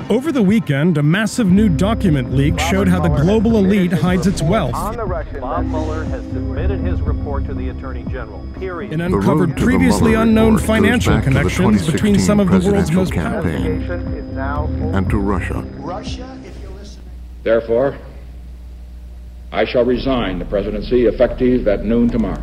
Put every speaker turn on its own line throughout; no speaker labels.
Over the weekend, a massive new document leak showed how the global elite hides its wealth
Bob Mueller has submitted his report to the Attorney General. Period.
and uncovered previously unknown financial connections between some of the world's most powerful.
And to Russia.
Therefore, I shall resign the presidency effective at noon tomorrow.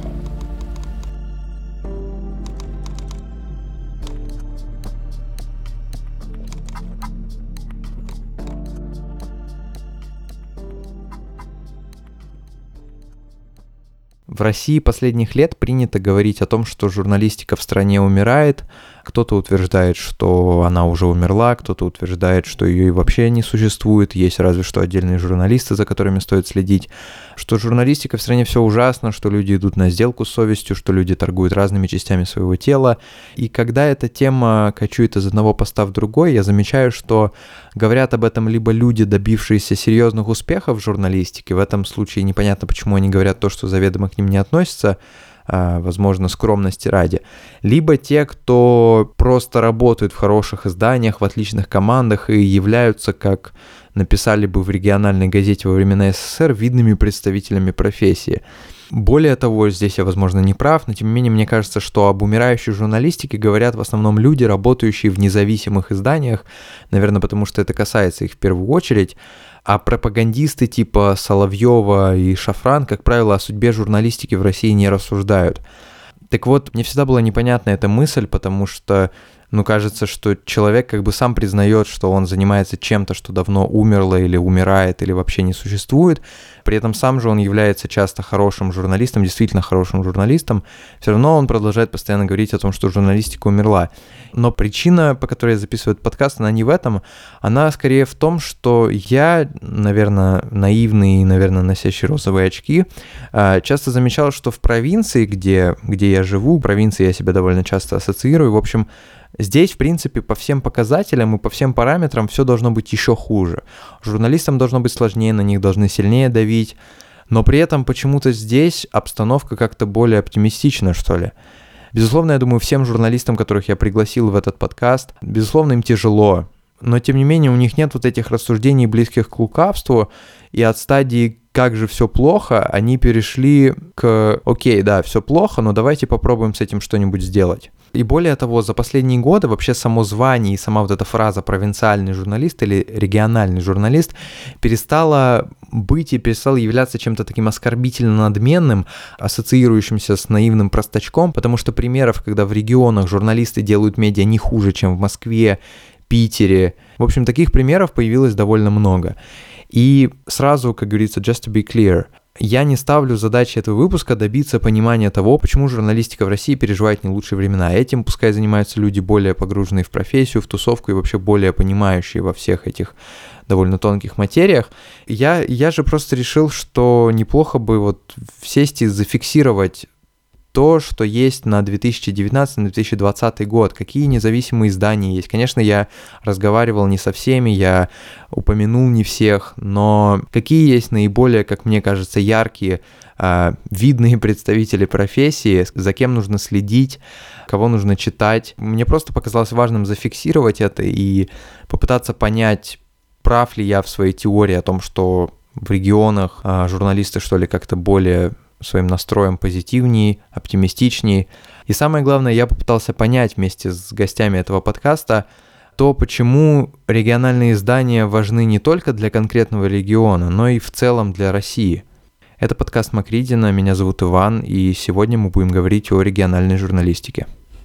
В России последних лет принято говорить о том, что журналистика в стране умирает. Кто-то утверждает, что она уже умерла, кто-то утверждает, что ее и вообще не существует, есть разве что отдельные журналисты, за которыми стоит следить, что журналистика в стране все ужасно, что люди идут на сделку с совестью, что люди торгуют разными частями своего тела. И когда эта тема кочует из одного поста в другой, я замечаю, что говорят об этом либо люди, добившиеся серьезных успехов в журналистике, в этом случае непонятно, почему они говорят то, что заведомо к ним не относится, возможно, скромности ради, либо те, кто просто работают в хороших изданиях, в отличных командах и являются, как написали бы в региональной газете во времена СССР, видными представителями профессии. Более того, здесь я, возможно, не прав, но тем не менее мне кажется, что об умирающей журналистике говорят в основном люди, работающие в независимых изданиях, наверное, потому что это касается их в первую очередь, а пропагандисты типа Соловьева и Шафран, как правило, о судьбе журналистики в России не рассуждают. Так вот, мне всегда была непонятна эта мысль, потому что, кажется, что человек как бы сам признает, что он занимается чем-то, что давно умерло или умирает, или вообще не существует. При этом сам же он является часто хорошим журналистом, действительно хорошим журналистом. Все равно он продолжает постоянно говорить о том, что журналистика умерла. Но причина, по которой я записываю этот подкаст, она не в этом. Она скорее в том, что я, наверное, наивный и, наверное, носящий розовые очки, часто замечал, что в провинции, где я живу, в провинции я себя довольно часто ассоциирую, в общем, здесь, в принципе, по всем показателям и по всем параметрам все должно быть еще хуже. Журналистам должно быть сложнее, на них должны сильнее давить, но при этом почему-то здесь обстановка как-то более оптимистична, что ли. Безусловно, я думаю, всем журналистам, которых я пригласил в этот подкаст, безусловно, им тяжело, но тем не менее у них нет вот этих рассуждений, близких к лукавству, и от стадии «как же все плохо» они перешли к «окей, да, все плохо, но давайте попробуем с этим что-нибудь сделать». И более того, за последние годы вообще само звание и сама вот эта фраза «провинциальный журналист» или «региональный журналист» перестала быть и перестала являться чем-то таким оскорбительно надменным, ассоциирующимся с наивным простачком, потому что примеров, когда в регионах журналисты делают медиа не хуже, чем в Москве, Питере, в общем, таких примеров появилось довольно много. И сразу, как говорится, just to be clear, я не ставлю задачи этого выпуска добиться понимания того, почему журналистика в России переживает не лучшие времена. Этим пускай занимаются люди, более погруженные в профессию, в тусовку и вообще более понимающие во всех этих довольно тонких материях. Я же просто решил, что неплохо бы вот сесть и зафиксировать то, что есть на 2019-2020 год, какие независимые издания есть. Конечно, я разговаривал не со всеми, я упомянул не всех, но какие есть наиболее, как мне кажется, яркие, видные представители профессии, за кем нужно следить, кого нужно читать. Мне просто показалось важным зафиксировать это и попытаться понять, прав ли я в своей теории о том, что в регионах журналисты, что ли, как-то более своим настроем позитивнее, оптимистичнее. И самое главное, я попытался понять вместе с гостями этого подкаста то, почему региональные издания важны не только для конкретного региона, но и в целом для России. Это подкаст Макридина, меня зовут Иван, и сегодня мы будем говорить о региональной журналистике.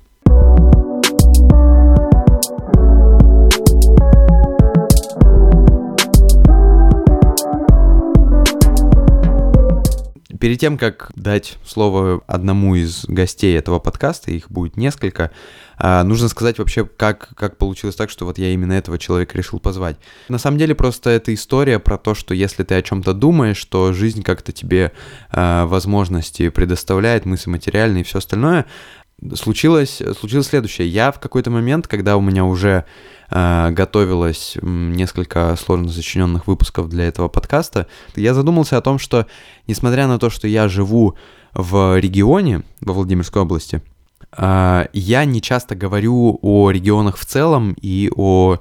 Перед тем, как дать слово одному из гостей этого подкаста, их будет несколько, нужно сказать вообще, как получилось так, что вот я именно этого человека решил позвать. На самом деле просто это история про то, что если ты о чем-то думаешь, то жизнь как-то тебе возможности предоставляет, мысли материальные и все остальное. Случилось следующее. Я в какой-то момент, когда у меня уже готовилось несколько сложно сочиненных выпусков для этого подкаста, я задумался о том, что, несмотря на то, что я живу в регионе, во Владимирской области, я не часто говорю о регионах в целом и о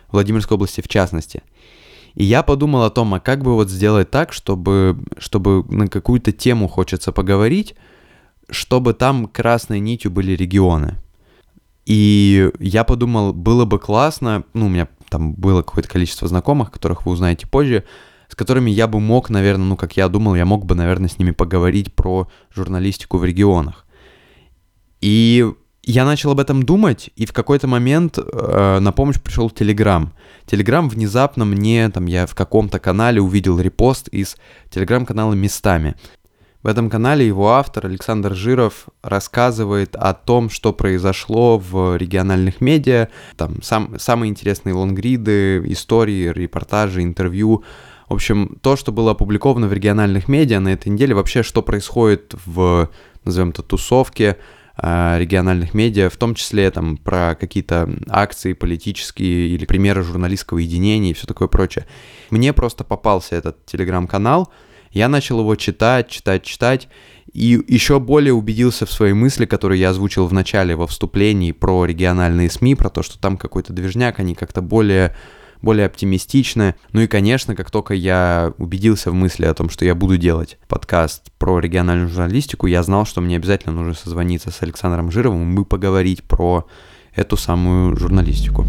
Владимирской области в частности. И я подумал о том, а как бы вот сделать так, чтобы на какую-то тему хочется поговорить, чтобы там красной нитью были регионы. И я подумал, было бы классно, у меня там было какое-то количество знакомых, которых вы узнаете позже, с которыми я бы мог, наверное, как я думал, я мог бы, наверное, с ними поговорить про журналистику в регионах. И я начал об этом думать, и в какой-то момент на помощь пришел Telegram. Telegram внезапно я в каком-то канале увидел репост из Telegram-канала «Местами». В этом канале его автор Александр Жиров рассказывает о том, что произошло в региональных медиа, там самые интересные лонгриды, истории, репортажи, интервью. В общем, то, что было опубликовано в региональных медиа на этой неделе, вообще, что происходит в, назовем это, тусовке региональных медиа, в том числе там про какие-то акции политические или примеры журналистского единения и все такое прочее. Мне просто попался этот телеграм-канал, я начал его читать, и еще более убедился в своей мысли, которую я озвучил в начале, во вступлении про региональные СМИ, про то, что там какой-то движняк, они как-то более оптимистичны. Ну и, конечно, как только я убедился в мысли о том, что я буду делать подкаст про региональную журналистику, я знал, что мне обязательно нужно созвониться с Александром Жировым и поговорить про эту самую журналистику.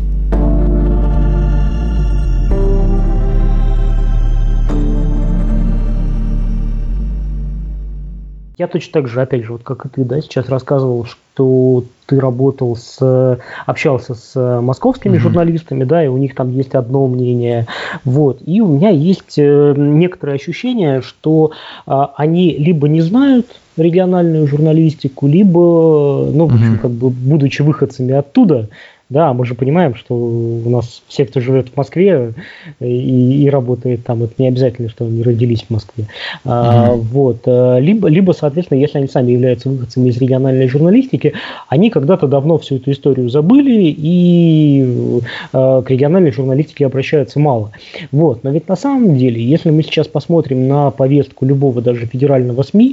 Я точно так же, опять же, вот как и ты, да, сейчас рассказывал, что ты общался с московскими журналистами, да, и у них там есть одно мнение, вот, и у меня есть некоторое ощущение, что они либо не знают региональную журналистику, либо, в общем, как бы, будучи выходцами оттуда, да, мы же понимаем, что у нас все, кто живет в Москве и работает там, это не обязательно, что они родились в Москве. Вот. Либо, соответственно, если они сами являются выходцами из региональной журналистики, они когда-то давно всю эту историю забыли и к региональной журналистике обращаются мало. Вот. Но ведь на самом деле, если мы сейчас посмотрим на повестку любого даже федерального СМИ,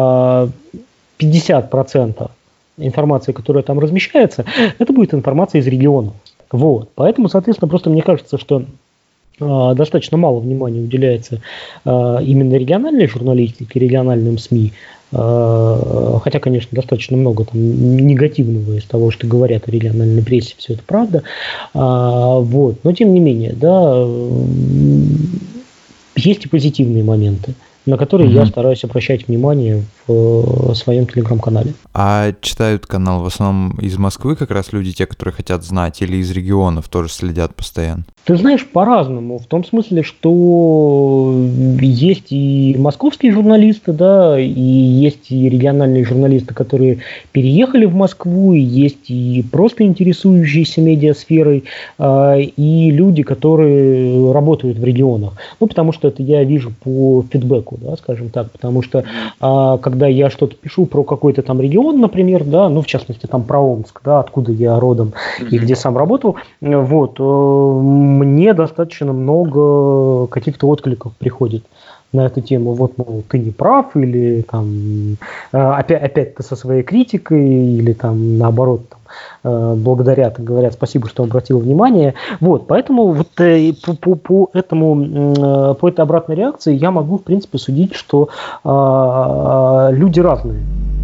50% информация, которая там размещается, это будет информация из регионов. Вот. Поэтому, соответственно, просто мне кажется, что достаточно мало внимания уделяется именно региональной журналистике, региональным СМИ. Хотя, конечно, достаточно много там негативного из того, что говорят о региональной прессе, все это правда. Вот. Но, тем не менее, да, есть и позитивные моменты, на которые я стараюсь обращать внимание в своем телеграм-канале.
А читают канал в основном из Москвы как раз люди, те, которые хотят знать, или из регионов тоже следят постоянно?
Ты знаешь, по-разному. В том смысле, что есть и московские журналисты, да, и есть и региональные журналисты, которые переехали в Москву, и есть и просто интересующиеся медиасферой, и люди, которые работают в регионах. Потому что это я вижу по фидбэку, да, скажем так, потому что когда я что-то пишу про какой-то там регион, например, да, в частности там про Омск, да, откуда я родом и где сам работал, вот, мне достаточно много каких-то откликов приходит на эту тему. Вот, мол, ты не прав, или там опять ты со своей критикой, или там наоборот там, благодарят и говорят спасибо, что обратил внимание. Вот, поэтому вот по этой обратной реакции я могу, в принципе, судить, что люди разные.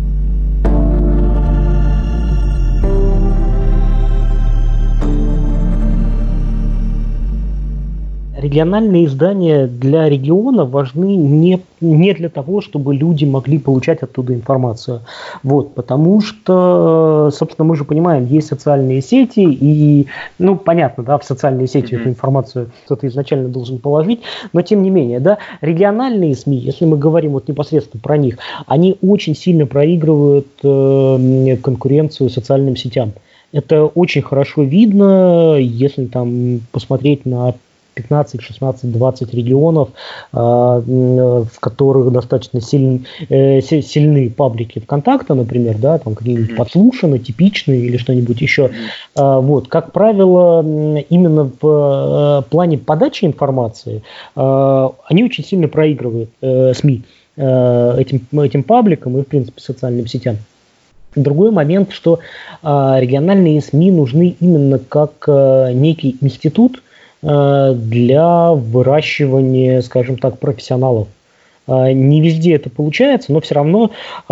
Региональные издания для региона важны не для того, чтобы люди могли получать оттуда информацию. Вот, потому что, собственно, мы же понимаем, есть социальные сети, и, понятно, да, в социальные сети эту информацию кто-то изначально должен положить, но тем не менее, да, региональные СМИ, если мы говорим вот непосредственно про них, они очень сильно проигрывают конкуренцию социальным сетям. Это очень хорошо видно, если там посмотреть на 15, 16, 20 регионов, в которых достаточно сильны паблики ВКонтакта, например, да, там какие-нибудь подслушаны, типичные или что-нибудь еще. Вот, как правило, именно в плане подачи информации они очень сильно проигрывают СМИ этим пабликам и, в принципе, социальным сетям. Другой момент, что региональные СМИ нужны именно как некий институт для выращивания, скажем так, профессионалов. Не везде это получается, но все равно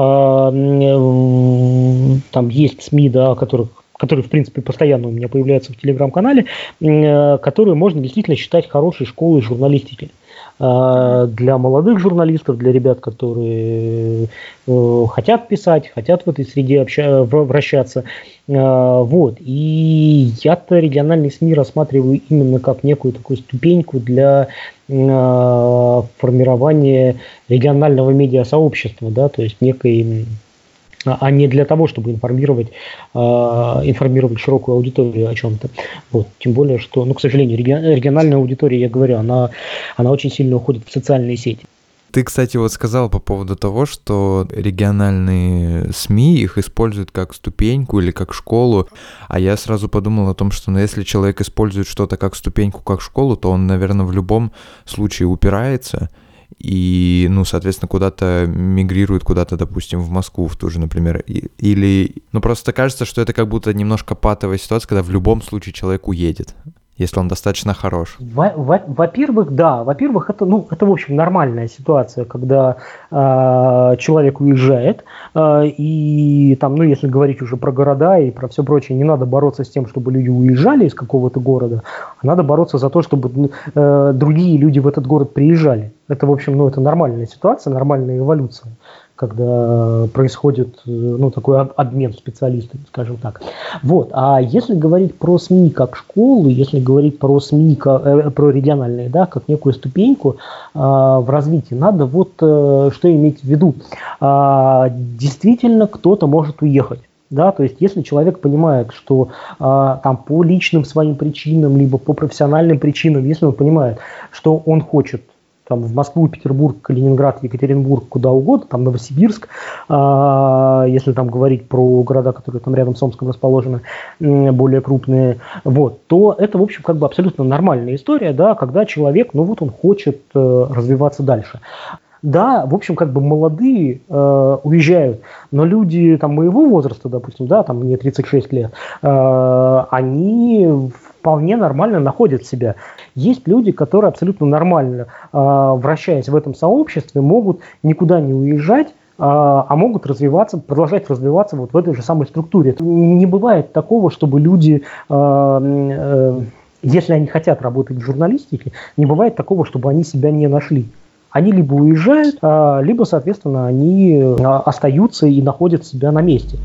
там есть СМИ, да, которые, в принципе, постоянно у меня появляются в Телеграм-канале, которые можно действительно считать хорошей школой журналистики. Для молодых журналистов, для ребят, которые хотят писать, хотят в этой среде вращаться. Вот. И я-то региональные СМИ рассматриваю именно как некую такую ступеньку для формирования регионального медиасообщества, да, то есть некой, а не для того, чтобы информировать широкую аудиторию о чем-то. Вот. Тем более, что, к сожалению, региональная аудитория, я говорю, она очень сильно уходит в социальные сети.
Ты, кстати, вот сказал по поводу того, что региональные СМИ их используют как ступеньку или как школу, а я сразу подумал о том, что если человек использует что-то как ступеньку, как школу, то он, наверное, в любом случае упирается и, соответственно, куда-то мигрирует, куда-то, допустим, в Москву, в ту же, например, или, просто кажется, что это как будто немножко патовая ситуация, когда в любом случае человек уедет, если он достаточно хорош.
Во-первых, да. Во-первых, это, в общем, нормальная ситуация, когда человек уезжает, и там, если говорить уже про города и про все прочее, не надо бороться с тем, чтобы люди уезжали из какого-то города, а надо бороться за то, чтобы другие люди в этот город приезжали. Это, в общем, это нормальная ситуация, нормальная эволюция, когда происходит такой обмен специалистами, скажем так. Вот. А если говорить про СМИ как школу, если говорить про СМИ, про региональные, да, как некую ступеньку в развитии, надо что иметь в виду. Действительно, кто-то может уехать. Да, то есть, если человек понимает, что там по личным своим причинам, либо по профессиональным причинам, если он понимает, что он хочет в Москву, Петербург, Калининград, Екатеринбург, куда угодно, там Новосибирск, если там говорить про города, которые там рядом с Омском расположены, более крупные, то это, в общем, абсолютно нормальная история, да, когда человек, он хочет развиваться дальше. Да, в общем, молодые уезжают, но люди моего возраста, допустим, да, мне 36 лет, они вполне нормально находят себя. Есть люди, которые абсолютно нормально, вращаясь в этом сообществе, могут никуда не уезжать, а могут продолжать развиваться в этой же самой структуре. Не бывает такого, чтобы люди, если они хотят работать в журналистике, не бывает такого, чтобы они себя не нашли. Они либо уезжают, либо, соответственно, они остаются и находят себя на месте.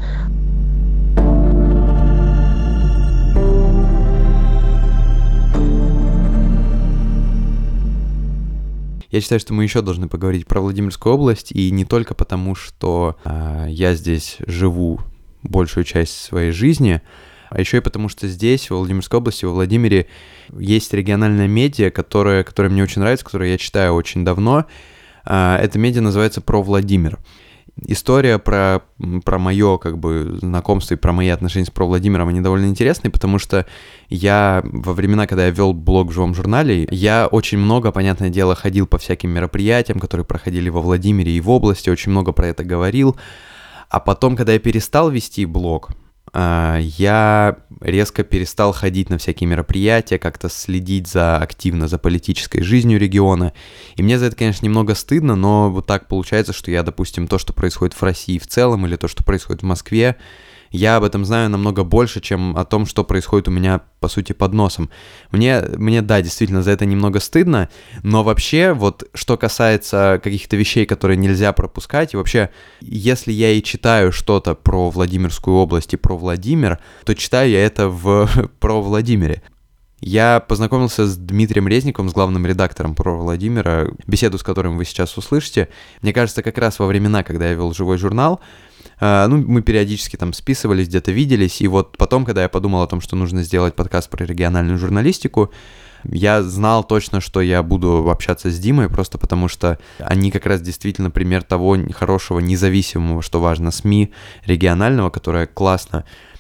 Я считаю, что мы еще должны поговорить про Владимирскую область, и не только потому, что я здесь живу большую часть своей жизни, а еще и потому, что здесь, в Владимирской области, во Владимире, есть региональная медиа, которая мне очень нравится, которую я читаю очень давно. Эта медиа называется «Про Владимир». История про мое знакомство и про мои отношения с «Про Владимиром», они довольно интересные, потому что я во времена, когда я вел блог в живом журнале, я очень много, понятное дело, ходил по всяким мероприятиям, которые проходили во Владимире и в области, очень много про это говорил. А потом, когда я перестал вести блог, я резко перестал ходить на всякие мероприятия, как-то следить активно за политической жизнью региона. И мне за это, конечно, немного стыдно, но вот так получается, что я, допустим, то, что происходит в России в целом, или то, что происходит в Москве, я об этом знаю намного больше, чем о том, что происходит у меня, по сути, под носом. Мне, да, действительно, за это немного стыдно, но вообще, что касается каких-то вещей, которые нельзя пропускать, и вообще, если я и читаю что-то про Владимирскую область и про Владимир, то читаю я это про Владимире. Я познакомился с Дмитрием Резниковым, с главным редактором «Про Владимира», беседу с которым вы сейчас услышите. Мне кажется, как раз во времена, когда я вел живой журнал, мы периодически списывались, где-то виделись, и потом, когда я подумал о том, что нужно сделать подкаст про региональную журналистику, я знал точно, что я буду общаться с Димой, просто потому что они как раз действительно пример того хорошего, независимого, что важно, СМИ регионального, которое классно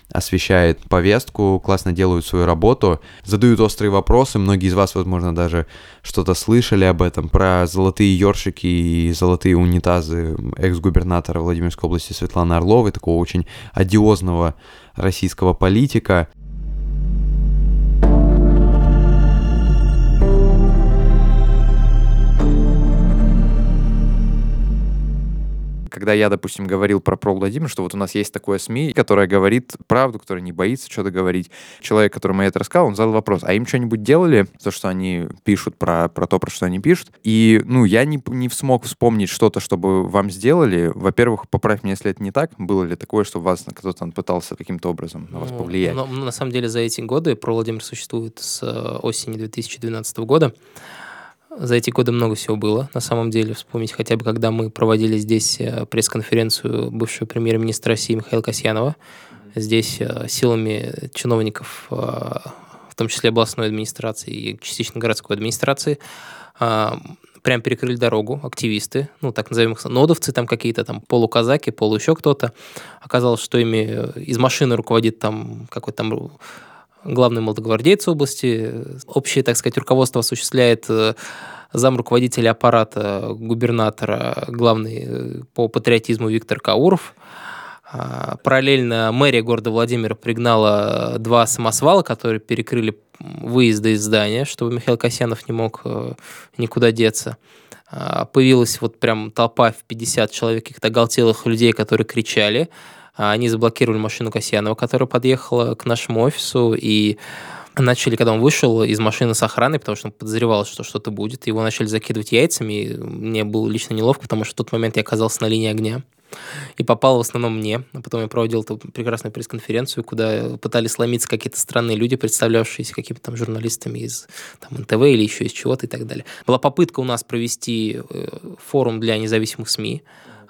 освещает повестку, классно делают свою работу, задают острые вопросы. Многие из вас, возможно, даже что-то слышали об этом, про золотые ёршики и золотые унитазы экс-губернатора Владимирской области Светланы Орловой, такого очень одиозного российского политика. Когда я, допустим, говорил про Владимир, что вот у нас есть такое СМИ, которое говорит правду, которое не боится что-то говорить. Человек, которому я это рассказал, он задал вопрос, а им что-нибудь делали? То, что они пишут про то, про что они пишут. И, я не смог вспомнить что-то, чтобы вам сделали. Во-первых, поправь меня, если это не так. Было ли такое, что вас кто-то пытался каким-то образом на вас повлиять?
На самом деле за эти годы Владимир существует с осени 2012 года. За эти годы много всего было, на самом деле. Вспомнить хотя бы, когда мы проводили здесь пресс-конференцию бывшего премьер-министра России Михаила Касьянова. Здесь силами чиновников, в том числе областной администрации и частично городской администрации, прям перекрыли дорогу активисты, так назовем их нодовцы, там какие-то там полуказаки, еще кто-то. Оказалось, что ими из машины руководит там какой-то там главный молодогвардеец области. Общее, так сказать, руководство осуществляет замруководителя аппарата губернатора, главный по патриотизму Виктор Кауров. Параллельно мэрия города Владимира пригнала 2 самосвала, которые перекрыли выезды из здания, чтобы Михаил Касьянов не мог никуда деться. Появилась вот прям толпа в 50 человек каких-то оголтелых людей, которые кричали. Они заблокировали машину Касьянова, которая подъехала к нашему офису, и начали, когда он вышел из машины с охраной, потому что он подозревал, что что-то будет, его начали закидывать яйцами, и мне было лично неловко, потому что в тот момент я оказался на линии огня. И попало в основном мне. А потом я проводил эту прекрасную пресс-конференцию, куда пытались сломиться какие-то странные люди, представлявшиеся какими-то там журналистами из там, НТВ или еще из чего-то и так далее. Была попытка у нас провести форум для независимых СМИ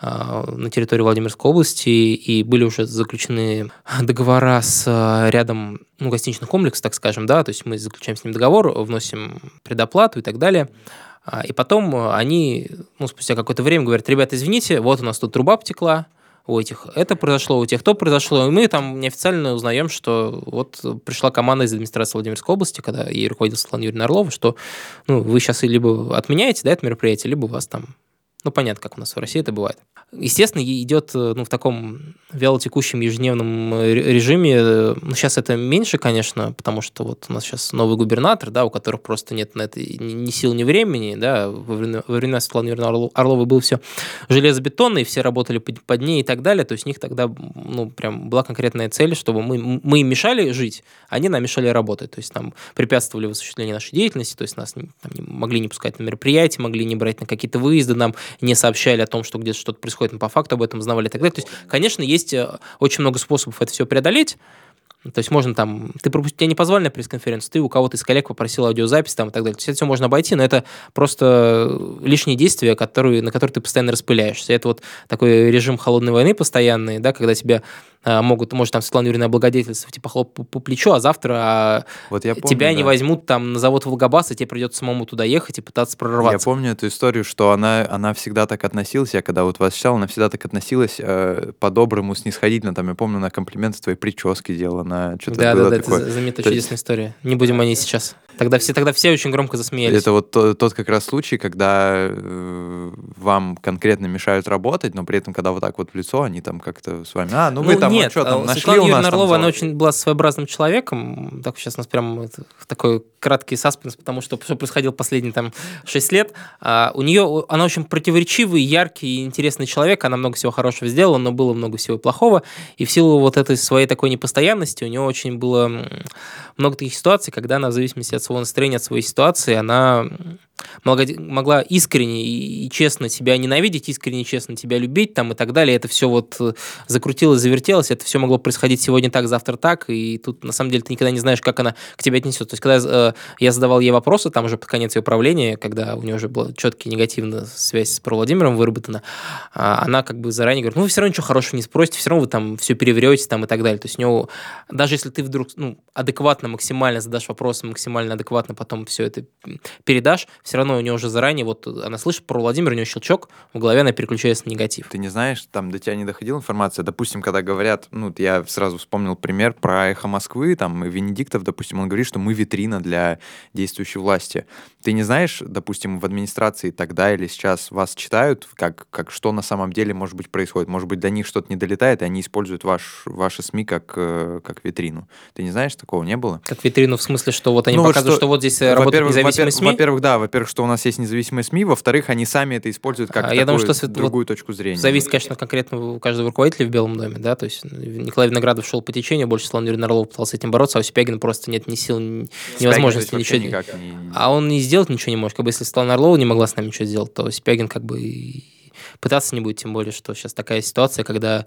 на территории Владимирской области, и были уже заключены договора с рядом гостиничных комплексов, так скажем, да, то есть мы заключаем с ним договор, вносим предоплату и так далее. И потом они, спустя какое-то время говорят: ребята, извините, вот у нас тут труба потекла, у этих это произошло, у тех то произошло, и мы там неофициально узнаем, что вот пришла команда из администрации Владимирской области, когда ей руководила Светлана Юрьевна Орлова, что вы сейчас либо отменяете, да, это мероприятие, либо у вас там... понятно, как у нас в России это бывает. Естественно, идет в таком вялотекущем ежедневном режиме. Сейчас это меньше, конечно, потому что вот у нас сейчас новый губернатор, да, у которых просто нет на это ни сил, ни времени. Да. Во времена Светланы Юрьевны Орловой было все железобетонно, и все работали под ней и так далее. То есть у них тогда прям была конкретная цель, чтобы мы им мешали жить, а они нам мешали работать. То есть нам препятствовали в осуществлении нашей деятельности, то есть нас могли не пускать на мероприятия, могли не брать на какие-то выезды, нам не сообщали о том, что где-то что-то происходит, но по факту об этом знавали и так далее. То есть, конечно, есть очень много способов это все преодолеть. То есть можно там... Тебя не позвали на пресс-конференцию, ты у кого-то из коллег попросил аудиозапись там, и так далее. То есть это все можно обойти, но это просто лишние действия, на которые ты постоянно распыляешься. Это вот такой режим холодной войны постоянный, да, когда тебя может там Светлана Юрьевна облагодетельствовать, типа хлоп по плечу, а завтра вот я помню, тебя не возьмут там на завод Волгобас, и тебе придется самому туда ехать и пытаться прорваться.
Я помню эту историю, что она всегда так относилась, я когда вот вас читал, она всегда так относилась по-доброму, снисходительно. Там, я помню, на комплименты твоей прически делала, на что-то было такое.
Это знаменитая чудесная история. Не будем о ней сейчас. Тогда все очень громко засмеялись.
Это вот тот как раз случай, когда вам конкретно мешают работать, но при этом, когда вот так вот в лицо, они там как-то с вами, вы там
нет,
что там нашли
Светлана
у нас
Юрьевна Орлова,
там...
она очень была своеобразным человеком. Так, сейчас у нас прям такой краткий саспенс, потому что происходило последние 6 лет. Она очень противоречивый, яркий и интересный человек. Она много всего хорошего сделала, но было много всего плохого. И в силу вот этой своей такой непостоянности у нее очень было много таких ситуаций, когда она в зависимости от своего настроения, от своей ситуации, она могла искренне и честно тебя ненавидеть, искренне и честно тебя любить там, и так далее. Это все вот закрутилось, завертелось, это все могло происходить сегодня так, завтра так, и тут на самом деле ты никогда не знаешь, как она к тебе отнесет. То есть когда я задавал ей вопросы, там уже под конец ее правления, когда у нее уже была четкая негативная связь с Владимиром выработана, она как бы заранее говорит: вы все равно ничего хорошего не спросите, все равно вы там все переврете там, и так далее. То есть у него, даже если ты вдруг адекватно максимально задашь вопросы, максимально адекватно потом все это передашь, все равно у нее уже заранее, вот она слышит про Владимира, у нее щелчок, в голове она переключается на негатив.
Ты не знаешь, там до тебя не доходила информация, допустим, когда говорят, я сразу вспомнил пример про «Эхо Москвы», там, Венедиктов, допустим, он говорит, что мы витрина для действующей власти. Ты не знаешь, допустим, в администрации тогда или сейчас вас читают, как что на самом деле, может быть, происходит? Может быть, до них что-то не долетает, и они используют ваши СМИ как витрину. Ты не знаешь, такого не было?
Как витрину в смысле, что вот они показывают, что вот здесь работают независимые СМИ?
Во-первых, что у нас есть независимые СМИ, во-вторых, они сами это используют как другую точку зрения.
Зависит, конечно, конкретно у каждого руководителя в Белом доме, да, то есть Николай Виноградов шел по течению, больше Светлана Юрьевна Орлова пытался с этим бороться, а у Сипягина просто нет ни сил, ни возможности ничего делать. А он и сделать ничего не может. Если Светлана Орлова не могла с нами ничего сделать, то Сипягин пытаться не будет, тем более, что сейчас такая ситуация, когда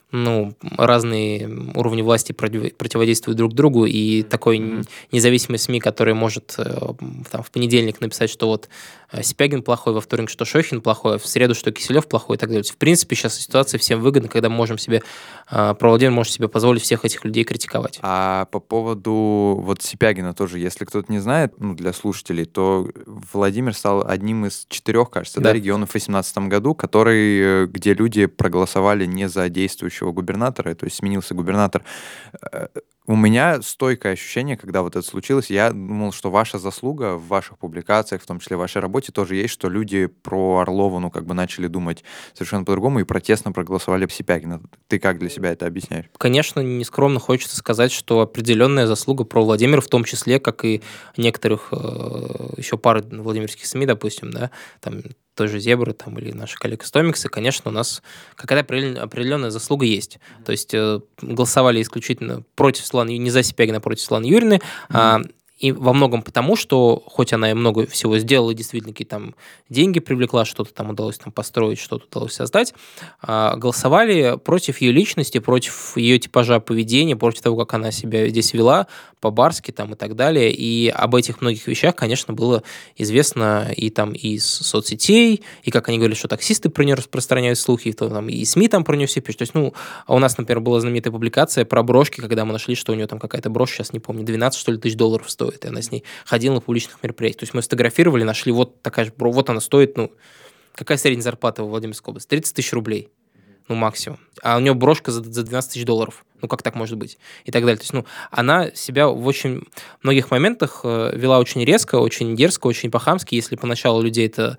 разные уровни власти противодействуют друг другу, и такой независимый СМИ, который может в понедельник написать, что вот Сипягин плохой, во вторник, что Шохин плохой, а в среду, что Киселев плохой и так далее. В принципе, сейчас ситуация всем выгодна, когда мы можем себе, про Владимир может себе позволить всех этих людей критиковать.
А по поводу Сипягина тоже, если кто-то не знает, для слушателей, то Владимир стал одним из 4, кажется, регионов в 2018 году, где люди проголосовали не за действующего губернатора, то есть сменился губернатор. У меня стойкое ощущение, когда вот это случилось, я думал, что ваша заслуга в ваших публикациях, в том числе в вашей работе, тоже есть, что люди про Орлову, начали думать совершенно по-другому и протестно проголосовали по Сипягина. Ты как для себя это объясняешь?
Конечно, нескромно хочется сказать, что определенная заслуга про Владимира, в том числе, как и некоторых еще пары владимирских СМИ, допустим, да, там той же «Зебры» или наши коллеги из Томикса, конечно, у нас какая-то определенная заслуга есть. То есть голосовали исключительно против Светланы, не за Сипягина, а против Светланы Юрьевны, и во многом потому, что, хоть она и много всего сделала, действительно какие-то деньги привлекла, что-то там удалось построить, что-то удалось создать, голосовали против ее личности, против ее типажа поведения, против того, как она себя здесь вела, по-барски и так далее. И об этих многих вещах, конечно, было известно и из соцсетей, и как они говорили, что таксисты про нее распространяют слухи, и СМИ про нее все пишут. То есть, а у нас, например, была знаменитая публикация про брошки, когда мы нашли, что у нее какая-то брошь, сейчас не помню, 12, что ли, тысяч долларов стоит. И она с ней ходила на публичных мероприятиях. То есть мы сфотографировали, нашли, вот такая же, вот она стоит, какая средняя зарплата в Владимирской области? 30 тысяч рублей, максимум. А у нее брошка за 12 тысяч долларов. Как так может быть? И так далее. То есть, она себя в очень многих моментах вела очень резко, очень дерзко, очень по-хамски. Если поначалу людей это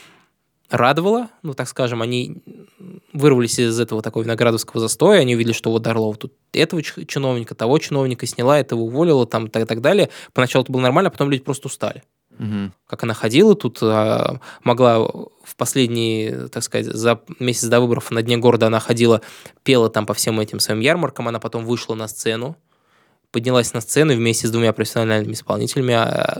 радовало, так скажем, они вырвались из этого такого виноградовского застоя, они увидели, что вот Орлова тут этого чиновника, того чиновника сняла, этого уволила, и так далее. Поначалу это было нормально, а потом люди просто устали. Как она ходила тут, могла в последние, так сказать, за месяц до выборов на Дне города она ходила, пела по всем этим своим ярмаркам, она потом вышла на сцену, поднялась на сцену вместе с 2 профессиональными исполнителями,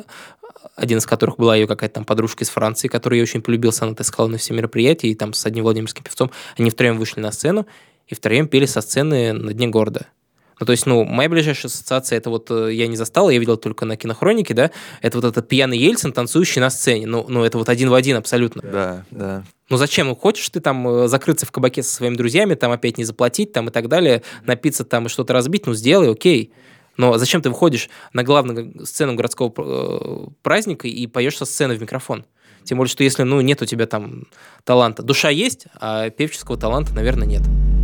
один из которых была ее какая-то подружка из Франции, которую я очень полюбился, она таскала на все мероприятия, и с одним владимирским певцом они втроем вышли на сцену, и втроем пели со сцены на Дне города. То есть, моя ближайшая ассоциация, это я не застала, я видел только на кинохронике, да, это этот пьяный Ельцин, танцующий на сцене, это один в один абсолютно.
Да.
Зачем? Хочешь ты закрыться в кабаке со своими друзьями, опять не заплатить, и так далее, напиться и что-то разбить, сделай, окей. Но зачем ты выходишь на главную сцену городского праздника и поешь со сцены в микрофон? Тем более, что если, нет у тебя таланта. Душа есть, а певческого таланта, наверное, нет.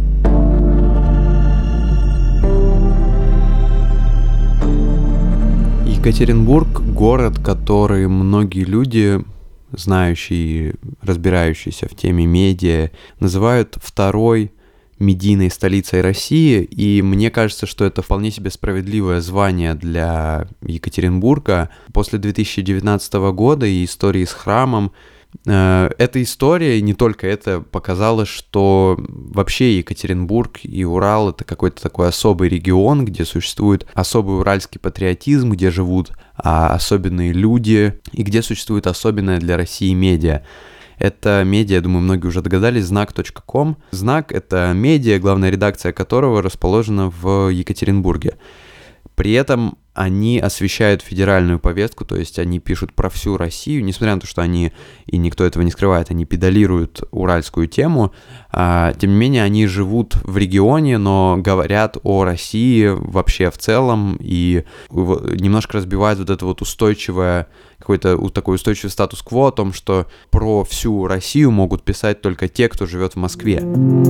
Екатеринбург – город, который многие люди, знающие, разбирающиеся в теме медиа, называют второй медийной столицей России, и мне кажется, что это вполне себе справедливое звание для Екатеринбурга. После 2019 года и истории с храмом эта история, и не только это, показала, что вообще Екатеринбург и Урал — это какой-то такой особый регион, где существует особый уральский патриотизм, где живут особенные люди, и где существует особенное для России медиа. Это медиа, думаю, многие уже догадались, знак.ком. Знак — это медиа, главная редакция которого расположена в Екатеринбурге. При этом они освещают федеральную повестку, то есть они пишут про всю Россию, несмотря на то, что они, и никто этого не скрывает, они педалируют уральскую тему, тем не менее они живут в регионе, но говорят о России вообще в целом и немножко разбивают вот это вот устойчивое, какой-то такой устойчивый статус-кво о том, что про всю Россию могут писать только те, кто живет в Москве.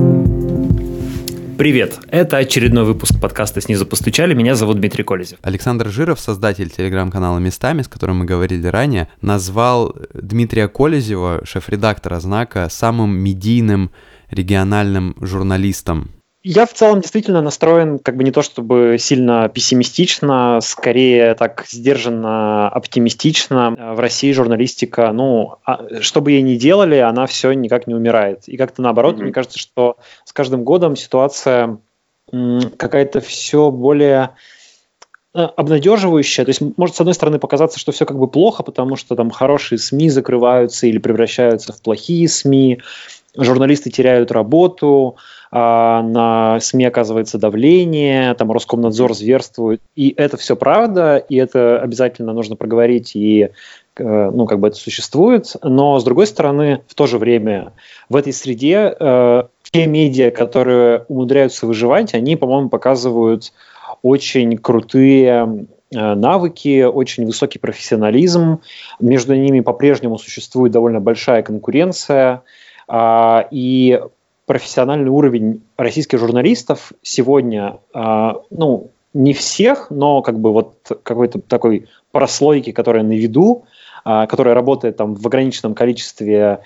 Привет, это очередной выпуск подкаста «Снизу постучали», меня зовут Дмитрий Колезев.
Александр Жиров, создатель телеграм-канала «Местами», с которым мы говорили ранее, назвал Дмитрия Колезева, шеф-редактора «Знака», самым медийным региональным журналистом.
Я в целом действительно настроен как бы не то чтобы сильно пессимистично, скорее так сдержанно оптимистично. В России журналистика, что бы ей ни делали, она все никак не умирает. И как-то наоборот, мне кажется, что с каждым годом ситуация какая-то все более обнадеживающая. То есть может с одной стороны показаться, что все как бы плохо, потому что там хорошие СМИ закрываются или превращаются в плохие СМИ, журналисты теряют работу, на СМИ оказывается давление, там Роскомнадзор зверствует. И это все правда, и это обязательно нужно проговорить, и как бы это существует. Но, с другой стороны, в то же время в этой среде те медиа, которые умудряются выживать, они, по-моему, показывают очень крутые навыки, очень высокий профессионализм. Между ними по-прежнему существует довольно большая конкуренция. И профессиональный уровень российских журналистов сегодня, не всех, но как бы вот какой-то такой прослойки, которая на виду, которая работает там в ограниченном количестве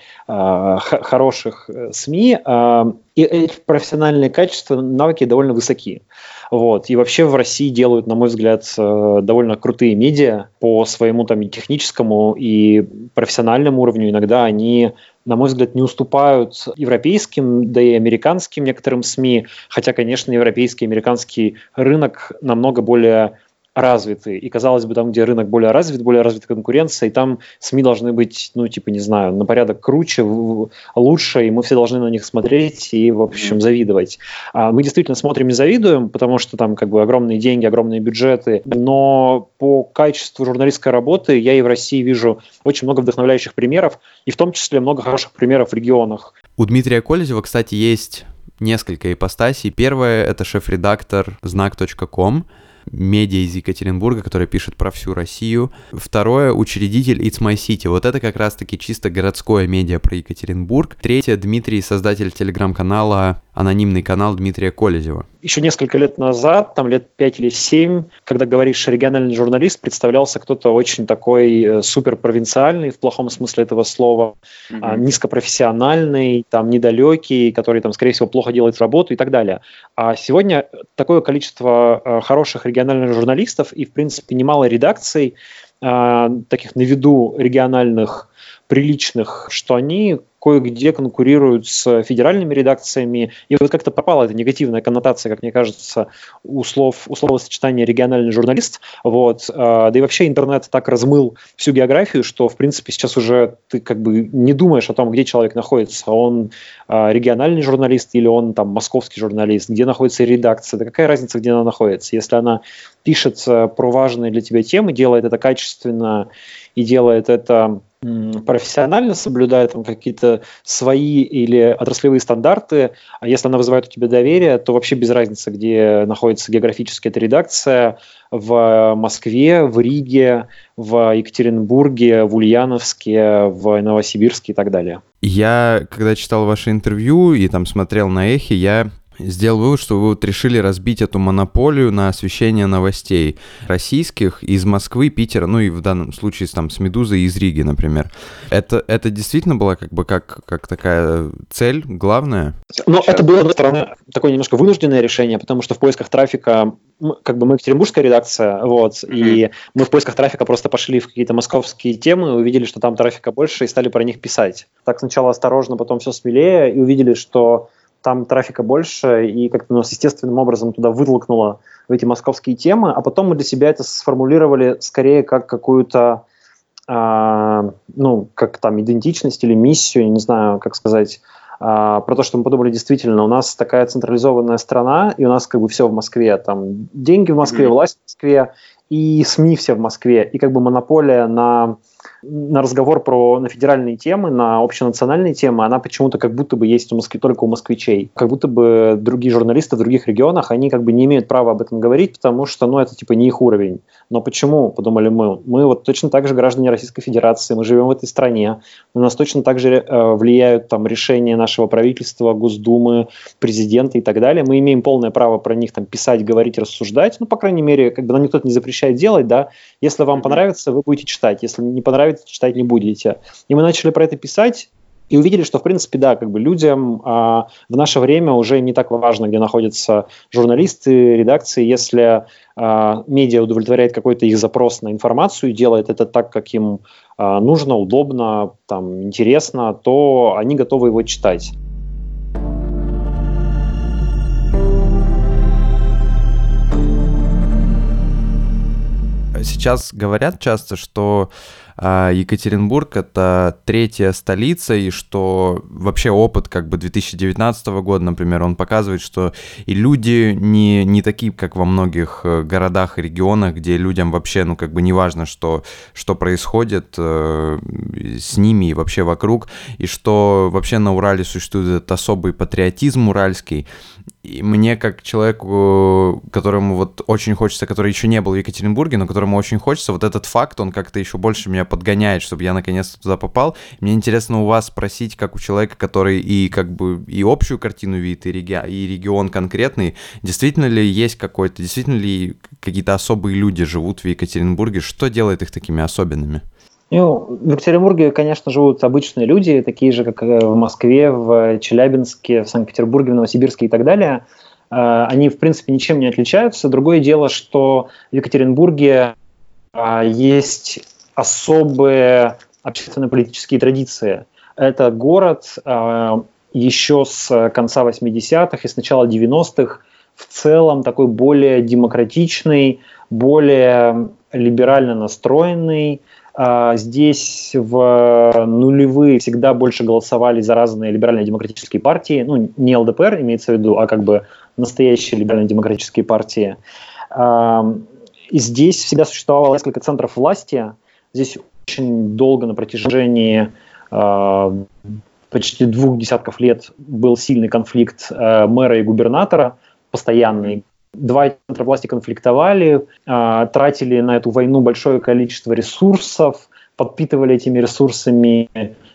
хороших СМИ, и эти профессиональные качества, навыки довольно высоки. Вот. И вообще в России делают, на мой взгляд, довольно крутые медиа по своему там и техническому, и профессиональному уровню. Иногда они, на мой взгляд, не уступают европейским, да и американским некоторым СМИ, хотя, конечно, европейский и американский рынок намного более развиты. И, казалось бы, там, где рынок более развита конкуренция, и там СМИ должны быть, на порядок круче, лучше, и мы все должны на них смотреть и, в общем, завидовать. Мы действительно смотрим и завидуем, потому что там как бы огромные деньги, огромные бюджеты, но по качеству журналистской работы я и в России вижу очень много вдохновляющих примеров, и в том числе много хороших примеров в регионах.
У Дмитрия Колезева, кстати, есть несколько ипостасей. Первое — это шеф-редактор знак.ком, медиа из Екатеринбурга, который пишет про всю Россию. Второе — учредитель It's My City. Вот это как раз-таки чисто городское медиа про Екатеринбург. Третье — Дмитрий, создатель телеграм-канала, анонимный канал Дмитрия Колезева.
Еще несколько лет назад, там лет 5 или 7, когда говоришь региональный журналист, представлялся кто-то очень такой суперпровинциальный, в плохом смысле этого слова, низкопрофессиональный, там, недалекий, который, там, скорее всего, плохо делает работу и так далее. А сегодня такое количество хороших региональных журналистов и, в принципе, немало редакций, таких на виду региональных, приличных, что они кое-где конкурируют с федеральными редакциями. И вот как-то пропала эта негативная коннотация, как мне кажется, у словосочетания «региональный журналист». Вот. Да и вообще интернет так размыл всю географию, что, в принципе, сейчас уже ты как бы не думаешь о том, где человек находится. Он региональный журналист или он там московский журналист, где находится редакция. Да какая разница, где она находится? Если она пишет про важные для тебя темы, делает это качественно и делает это профессионально, соблюдая там какие-то свои или отраслевые стандарты, а если она вызывает у тебя доверие, то вообще без разницы, где находится географически эта редакция, в Москве, в Риге, в Екатеринбурге, в Ульяновске, в Новосибирске и так далее.
Я, когда читал ваше интервью и там смотрел на Эхе, я сделал вывод, что вы вот решили разбить эту монополию на освещение новостей российских из Москвы, Питера, и в данном случае там с «Медузой» из Риги, например. Это действительно была как бы как такая цель главная?
Это было, с одной стороны, такое немножко вынужденное решение, потому что в поисках трафика, мы екатеринбургская редакция, и мы в поисках трафика просто пошли в какие-то московские темы, увидели, что там трафика больше, и стали про них писать. Так сначала осторожно, потом все смелее, и увидели, что там трафика больше, и как-то нас естественным образом туда вытолкнуло в эти московские темы, а потом мы для себя это сформулировали скорее как какую-то, как там идентичность или миссию, не знаю, как сказать, про то, что мы подумали, действительно, у нас такая централизованная страна, и у нас как бы все в Москве, там деньги в Москве, власть в Москве, и СМИ все в Москве, и как бы монополия на разговор на федеральные темы, на общенациональные темы, она почему-то как будто бы есть только у москвичей. Как будто бы другие журналисты в других регионах, они как бы не имеют права об этом говорить, потому что, это типа не их уровень. Но почему, подумали мы? Мы вот точно так же граждане Российской Федерации, мы живем в этой стране, на нас точно так же влияют там решения нашего правительства, Госдумы, президента и так далее. Мы имеем полное право про них там писать, говорить, рассуждать. По крайней мере, как бы нам никто не запрещает делать, да. Если вам понравится, вы будете читать. Если не понравится, читать не будете. И мы начали про это писать и увидели, что, в принципе, да, как бы людям в наше время уже не так важно, где находятся журналисты, редакции, если медиа удовлетворяет какой-то их запрос на информацию, делает это так, как им нужно, удобно, там, интересно, то они готовы его читать.
Сейчас говорят часто, что Екатеринбург — это третья столица, и что вообще опыт как бы 2019 года, например, он показывает, что и люди не такие, как во многих городах и регионах, где людям вообще, как бы не важно, что происходит с ними и вообще вокруг, и что вообще на Урале существует этот особый патриотизм уральский. И мне, как человеку, которому вот очень хочется, который еще не был в Екатеринбурге, но которому очень хочется, вот этот факт, он как-то еще больше меня подгоняет, чтобы я наконец-то туда попал. Мне интересно у вас спросить, как у человека, который и как бы и общую картину видит, и регион конкретный, действительно ли какие-то особые люди живут в Екатеринбурге? Что делает их такими особенными?
В Екатеринбурге, конечно, живут обычные люди, такие же, как в Москве, в Челябинске, в Санкт-Петербурге, в Новосибирске и так далее. Они, в принципе, ничем не отличаются. Другое дело, что в Екатеринбурге есть особые общественно-политические традиции. Это город еще с конца 80-х и с начала 90-х в целом такой более демократичный, более либерально настроенный. Здесь в нулевые всегда больше голосовали за разные либеральные демократические партии, не ЛДПР имеется в виду, а как бы настоящие либеральные демократические партии. И здесь всегда существовало несколько центров власти. Здесь очень долго, на протяжении почти 2 десятков лет, был сильный конфликт мэра и губернатора, постоянный. 2 центра власти конфликтовали, тратили на эту войну большое количество ресурсов, подпитывали этими ресурсами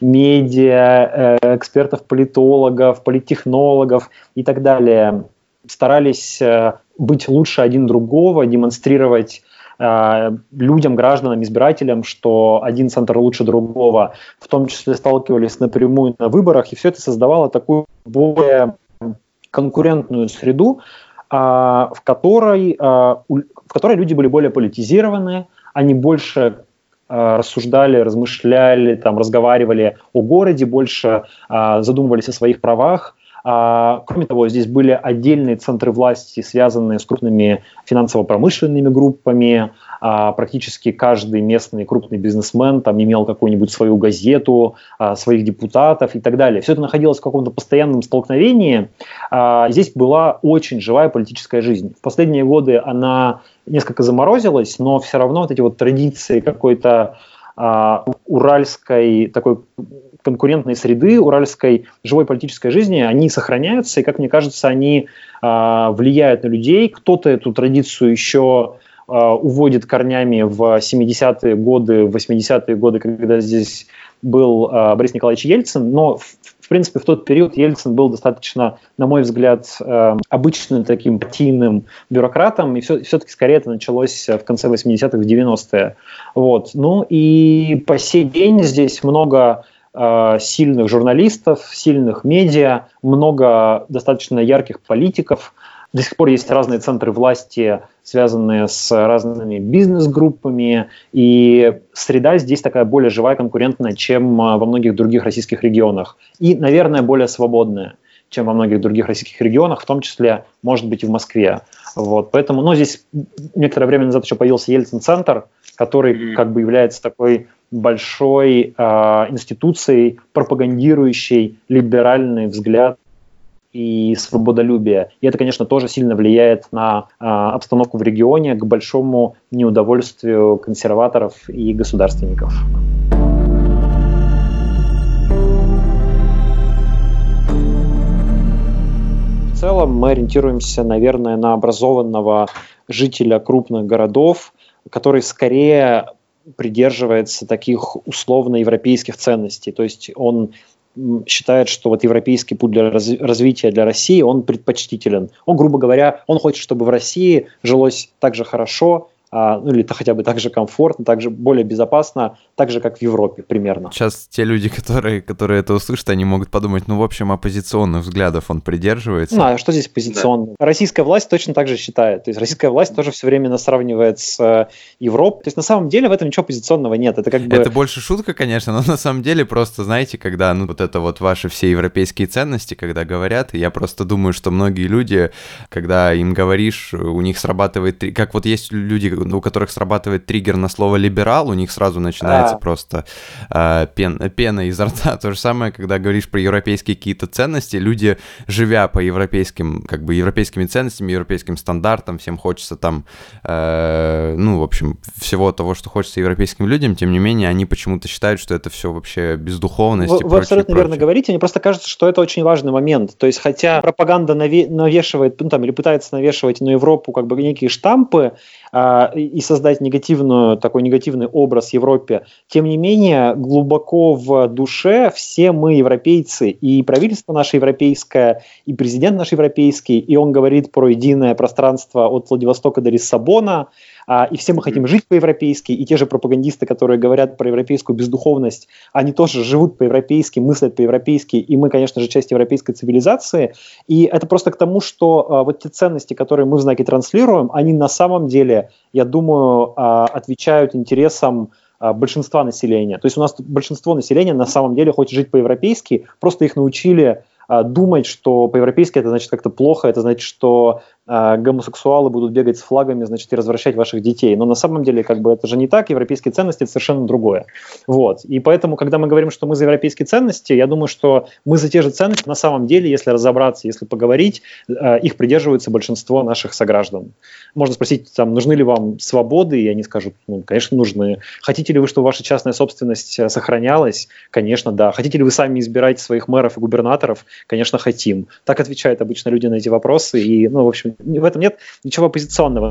медиа, экспертов-политологов, политтехнологов и так далее. Старались быть лучше один другого, демонстрировать людям, гражданам, избирателям, что один центр лучше другого, в том числе сталкивались напрямую на выборах, и все это создавало такую более конкурентную среду, в которой люди были более политизированы, они больше рассуждали, размышляли, разговаривали о городе, больше задумывались о своих правах. Кроме того, здесь были отдельные центры власти, связанные с крупными финансово-промышленными группами. Практически каждый местный крупный бизнесмен имел какую-нибудь свою газету, своих депутатов и так далее. Все это находилось в каком-то постоянном столкновении. Здесь была очень живая политическая жизнь. В последние годы она несколько заморозилась, но все равно вот эти вот традиции какой-то уральской такой конкурентной среды, уральской живой политической жизни, они сохраняются, и, как мне кажется, они влияют на людей. Кто-то эту традицию еще уводит корнями в 70-е годы, в 80-е годы, когда здесь был Борис Николаевич Ельцин, но в принципе в тот период Ельцин был достаточно, на мой взгляд, обычным таким партийным бюрократом, и все-таки скорее это началось в конце 80-х, в 90-е. Вот. И по сей день здесь много сильных журналистов, сильных медиа, много достаточно ярких политиков. До сих пор есть разные центры власти, связанные с разными бизнес-группами, и среда здесь такая более живая, конкурентная, чем во многих других российских регионах. И, наверное, более свободная, чем во многих других российских регионах, в том числе, может быть, и в Москве. Вот. Поэтому, здесь некоторое время назад еще появился Ельцин-центр, который как бы является такой большой институцией, пропагандирующей либеральный взгляд и свободолюбия. И это, конечно, тоже сильно влияет на обстановку в регионе, к большому неудовольствию консерваторов и государственников. В целом мы ориентируемся, наверное, на образованного жителя крупных городов, который скорее придерживается таких условно-европейских ценностей. То есть он считает, что вот европейский путь для развития для России, он предпочтителен. Он, грубо говоря, он хочет, чтобы в России жилось так же хорошо, или хотя бы так же комфортно, так же более безопасно, так же, как в Европе примерно.
Сейчас те люди, которые это услышат, они могут подумать, в общем, оппозиционных взглядов он придерживается.
А что здесь оппозиционно? Да. Российская власть точно так же считает. То есть российская власть тоже все время нас сравнивает с Европой. То есть на самом деле в этом ничего оппозиционного нет. Это
больше шутка, конечно, но на самом деле просто, знаете, когда ваши все европейские ценности, когда говорят, я просто думаю, что многие люди, когда им говоришь, у них срабатывает, как вот есть люди, у которых срабатывает триггер на слово «либерал», у них сразу начинается просто пена изо рта. То же самое, когда говоришь про европейские какие-то ценности, люди, живя по европейским, европейскими ценностями, европейским стандартам, всем хочется там, в общем, всего того, что хочется европейским людям, тем не менее, они почему-то считают, что это все вообще бездуховность и прочее.
Вы абсолютно верно говорите, мне просто кажется, что это очень важный момент. То есть, хотя пропаганда навешивает, или пытается навешивать на Европу некие штампы, и создать такой негативный образ Европе. Тем не менее, глубоко в душе все мы европейцы, и правительство наше европейское, и президент наш европейский, и он говорит про единое пространство от Владивостока до Лиссабона, и все мы хотим жить по-европейски, и те же пропагандисты, которые говорят про европейскую бездуховность, они тоже живут по-европейски, мыслят по-европейски, и мы, конечно же, часть европейской цивилизации. И это просто к тому, что вот те ценности, которые мы в знаке транслируем, они на самом деле, я думаю, отвечают интересам большинства населения. То есть у нас большинство населения на самом деле хочет жить по-европейски, просто их научили думать, что по-европейски это значит как-то плохо, это значит, что гомосексуалы будут бегать с флагами, значит, и развращать ваших детей. Но на самом деле, это же не так, европейские ценности – это совершенно другое. Вот. И поэтому, когда мы говорим, что мы за европейские ценности, я думаю, что мы за те же ценности, на самом деле, если разобраться, если поговорить, их придерживается большинство наших сограждан. Можно спросить, нужны ли вам свободы, и они скажут, конечно, нужны. Хотите ли вы, чтобы ваша частная собственность сохранялась? Конечно, да. Хотите ли вы сами избирать своих мэров и губернаторов? Конечно, хотим. Так отвечают обычно люди на эти вопросы, и, в общем, в этом нет ничего оппозиционного.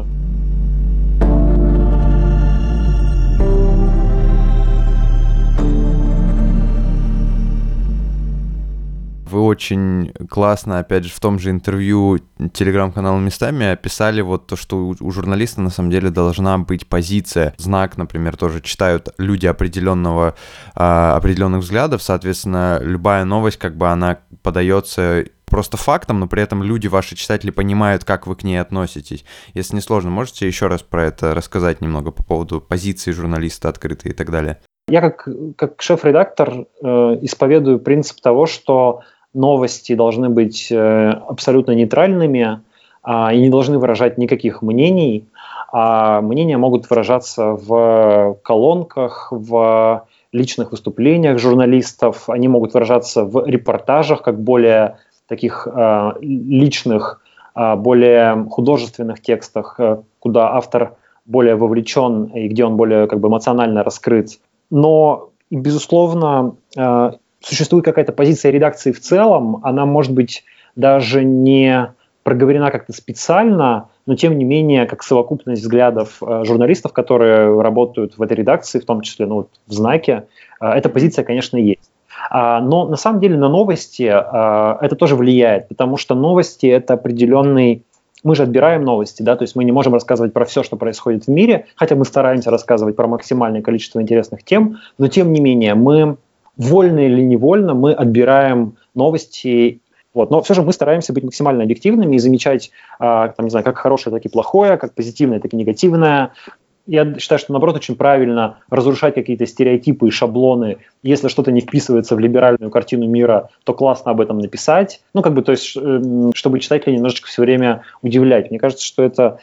Вы очень классно, опять же, в том же интервью телеграм-каналу «Местами» описали то, что у журналиста на самом деле должна быть позиция. Знак, например, тоже читают люди определенных взглядов, соответственно, любая новость, она подается просто фактом, но при этом люди, ваши читатели, понимают, как вы к ней относитесь. Если не сложно, можете еще раз про это рассказать немного по поводу позиции журналиста открытой и так далее?
Я как шеф-редактор исповедую принцип того, что новости должны быть абсолютно нейтральными и не должны выражать никаких мнений. А мнения могут выражаться в колонках, в личных выступлениях журналистов, они могут выражаться в репортажах, как более таких личных, более художественных текстах, куда автор более вовлечен и где он более эмоционально раскрыт. Но, безусловно, существует какая-то позиция редакции в целом, она может быть даже не проговорена как-то специально, но тем не менее, как совокупность взглядов журналистов, которые работают в этой редакции, в том числе в «Знаке», эта позиция, конечно, есть. Но на самом деле на новости это тоже влияет, потому что новости – это определенный… Мы же отбираем новости, да, то есть мы не можем рассказывать про все, что происходит в мире, хотя мы стараемся рассказывать про максимальное количество интересных тем, но тем не менее мы, вольно или невольно, мы отбираем новости. Но все же мы стараемся быть максимально объективными и замечать, как хорошее, так и плохое, как позитивное, так и негативное. Я считаю, что, наоборот, очень правильно разрушать какие-то стереотипы и шаблоны. Если что-то не вписывается в либеральную картину мира, то классно об этом написать. То есть, чтобы читателей немножечко все время удивлять. Мне кажется, что это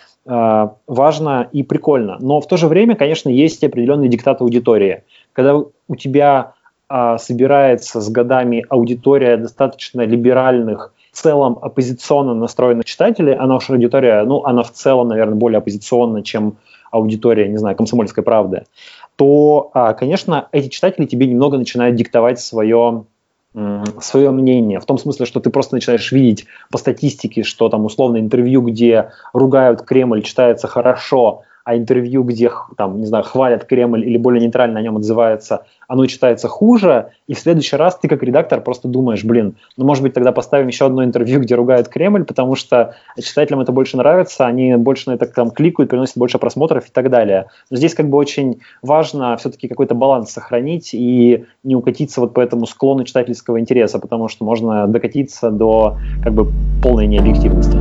важно и прикольно. Но в то же время, конечно, есть определенный диктат аудитории. Когда у тебя собирается с годами аудитория достаточно либеральных в целом оппозиционно настроенных читателей, а наша аудитория, она в целом, наверное, более оппозиционна, чем аудитория, не знаю, «Комсомольской правды», то, конечно, эти читатели тебе немного начинают диктовать свое мнение, в том смысле, что ты просто начинаешь видеть по статистике, что там условно интервью, где ругают Кремль, читается хорошо, а интервью, где там, не знаю, хвалят Кремль или более нейтрально о нем отзываются, оно читается хуже, и в следующий раз ты как редактор просто думаешь, может быть, тогда поставим еще одно интервью, где ругают Кремль, потому что читателям это больше нравится, они больше на это там кликают, приносят больше просмотров и так далее. Но здесь очень важно все-таки какой-то баланс сохранить и не укатиться по этому склону читательского интереса, потому что можно докатиться до полной необъективности.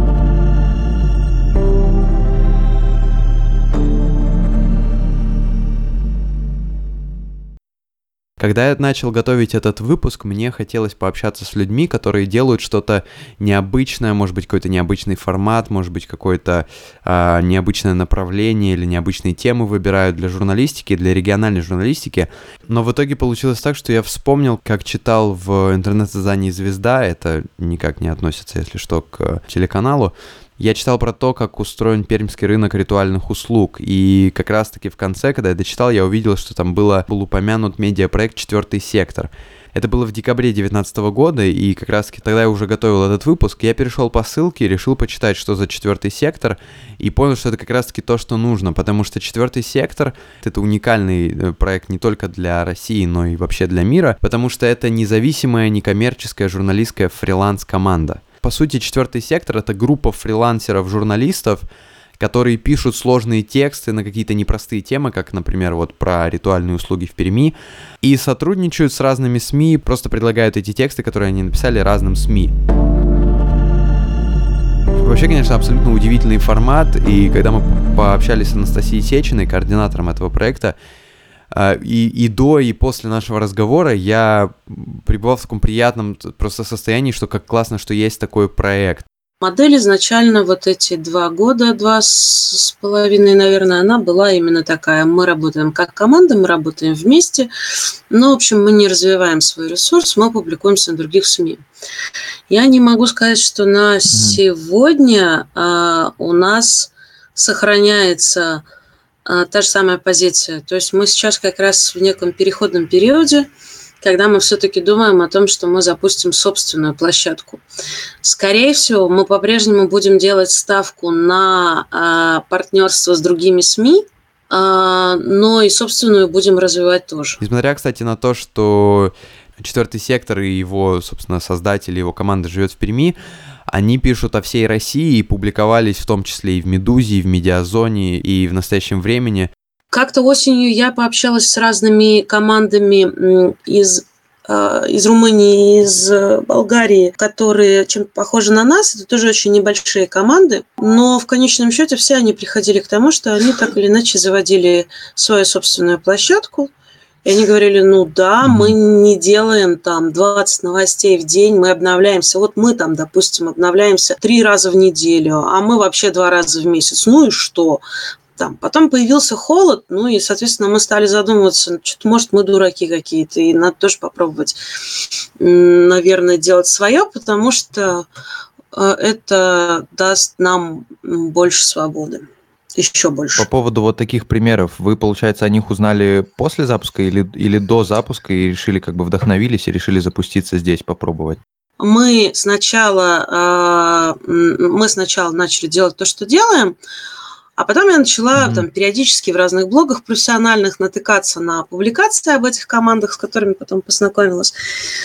Когда я начал готовить этот выпуск, мне хотелось пообщаться с людьми, которые делают что-то необычное, может быть, какой-то необычный формат, может быть, какое-то необычное направление или необычные темы выбирают для журналистики, для региональной журналистики. Но в итоге получилось так, что я вспомнил, как читал в интернет-издании «Звезда», это никак не относится, если что, к телеканалу. Я читал про то, как устроен пермский рынок ритуальных услуг, и как раз-таки в конце, когда я дочитал, я увидел, что там был упомянут медиапроект «Четвертый сектор». Это было в декабре 2019 года, и как раз-таки тогда я уже готовил этот выпуск. Я перешел по ссылке, решил почитать, что за «Четвертый сектор», и понял, что это как раз-таки то, что нужно, потому что «Четвертый сектор» — это уникальный проект не только для России, но и вообще для мира, потому что это независимая, некоммерческая журналистская фриланс-команда. По сути, «Четвертый сектор» — это группа фрилансеров-журналистов, которые пишут сложные тексты на какие-то непростые темы, как, например, про ритуальные услуги в Перми, и сотрудничают с разными СМИ, просто предлагают эти тексты, которые они написали, разным СМИ. Вообще, конечно, абсолютно удивительный формат, и когда мы пообщались с Анастасией Сечиной, координатором этого проекта, и до, и после нашего разговора я пребывал в таком приятном просто состоянии, что как классно, что есть такой проект.
Модель изначально эти 2 года, 2,5, наверное, она была именно такая. Мы работаем как команда, мы работаем вместе, но, в общем, мы не развиваем свой ресурс, мы публикуемся на других СМИ. Я не могу сказать, что на сегодня у нас сохраняется та же самая позиция. То есть мы сейчас как раз в неком переходном периоде, когда мы все-таки думаем о том, что мы запустим собственную площадку. Скорее всего, мы по-прежнему будем делать ставку на партнерство с другими СМИ, но и собственную будем развивать тоже.
Несмотря, кстати, на то, что «Четвертый сектор» и его, собственно, создатель, его команда живет в Перми, они пишут о всей России и публиковались в том числе и в «Медузе», и в «Медиазоне», и в «Настоящем времени».
Как-то осенью я пообщалась с разными командами из Румынии, из Болгарии, которые чем-то похожи на нас. Это тоже очень небольшие команды, но в конечном счете все они приходили к тому, что они так или иначе заводили свою собственную площадку. И они говорили, мы не делаем 20 новостей в день, мы обновляемся. Мы допустим, обновляемся 3 раза в неделю, а мы вообще 2 раза в месяц. И что? Потом появился холод, и, соответственно, мы стали задумываться, что-то, может, мы дураки какие-то, и надо тоже попробовать, наверное, делать свое, потому что это даст нам больше свободы. Еще больше.
По поводу таких примеров, вы, получается, о них узнали после запуска или до запуска и решили, вдохновились и решили запуститься здесь, попробовать?
Мы сначала начали делать то, что делаем, а потом я начала периодически в разных блогах профессиональных натыкаться на публикации об этих командах, с которыми потом познакомилась.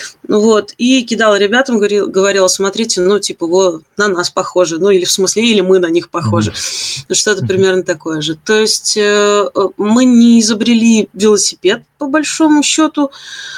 И кидала ребятам, говорила, смотрите, на нас похоже, или мы на них похожи. Что-то примерно такое же. То есть мы не изобрели велосипед, по большому счету,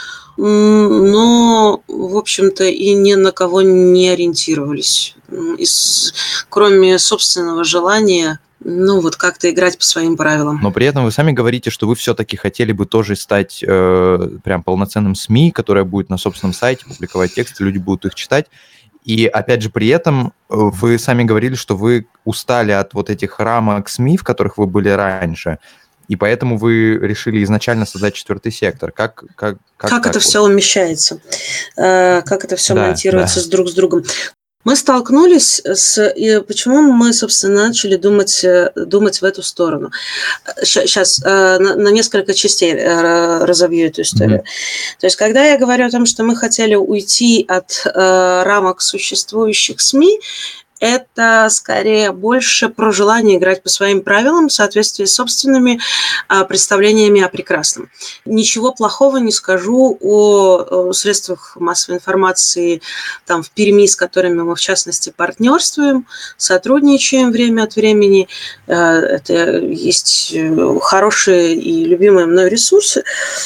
но, в общем-то, и ни на кого не ориентировались. Кроме собственного желания как-то играть по своим правилам.
Но при этом вы сами говорите, что вы все-таки хотели бы тоже стать прям полноценным СМИ, которое будет на собственном сайте публиковать тексты, люди будут их читать. И опять же при этом вы сами говорили, что вы устали от этих рамок СМИ, в которых вы были раньше, и поэтому вы решили изначально создать «Четвертый сектор». Как
это все умещается? Как это все монтируется друг с другом? Мы столкнулись и почему мы, собственно, начали думать в эту сторону. Сейчас на несколько частей разобью эту историю. То есть, когда я говорю о том, что мы хотели уйти от рамок существующих СМИ, это скорее больше про желание играть по своим правилам в соответствии с собственными представлениями о прекрасном. Ничего плохого не скажу о средствах массовой информации там, в Перми, с которыми мы, в частности, партнерствуем, сотрудничаем время от времени. Это есть хорошие и любимые мной ресурсы,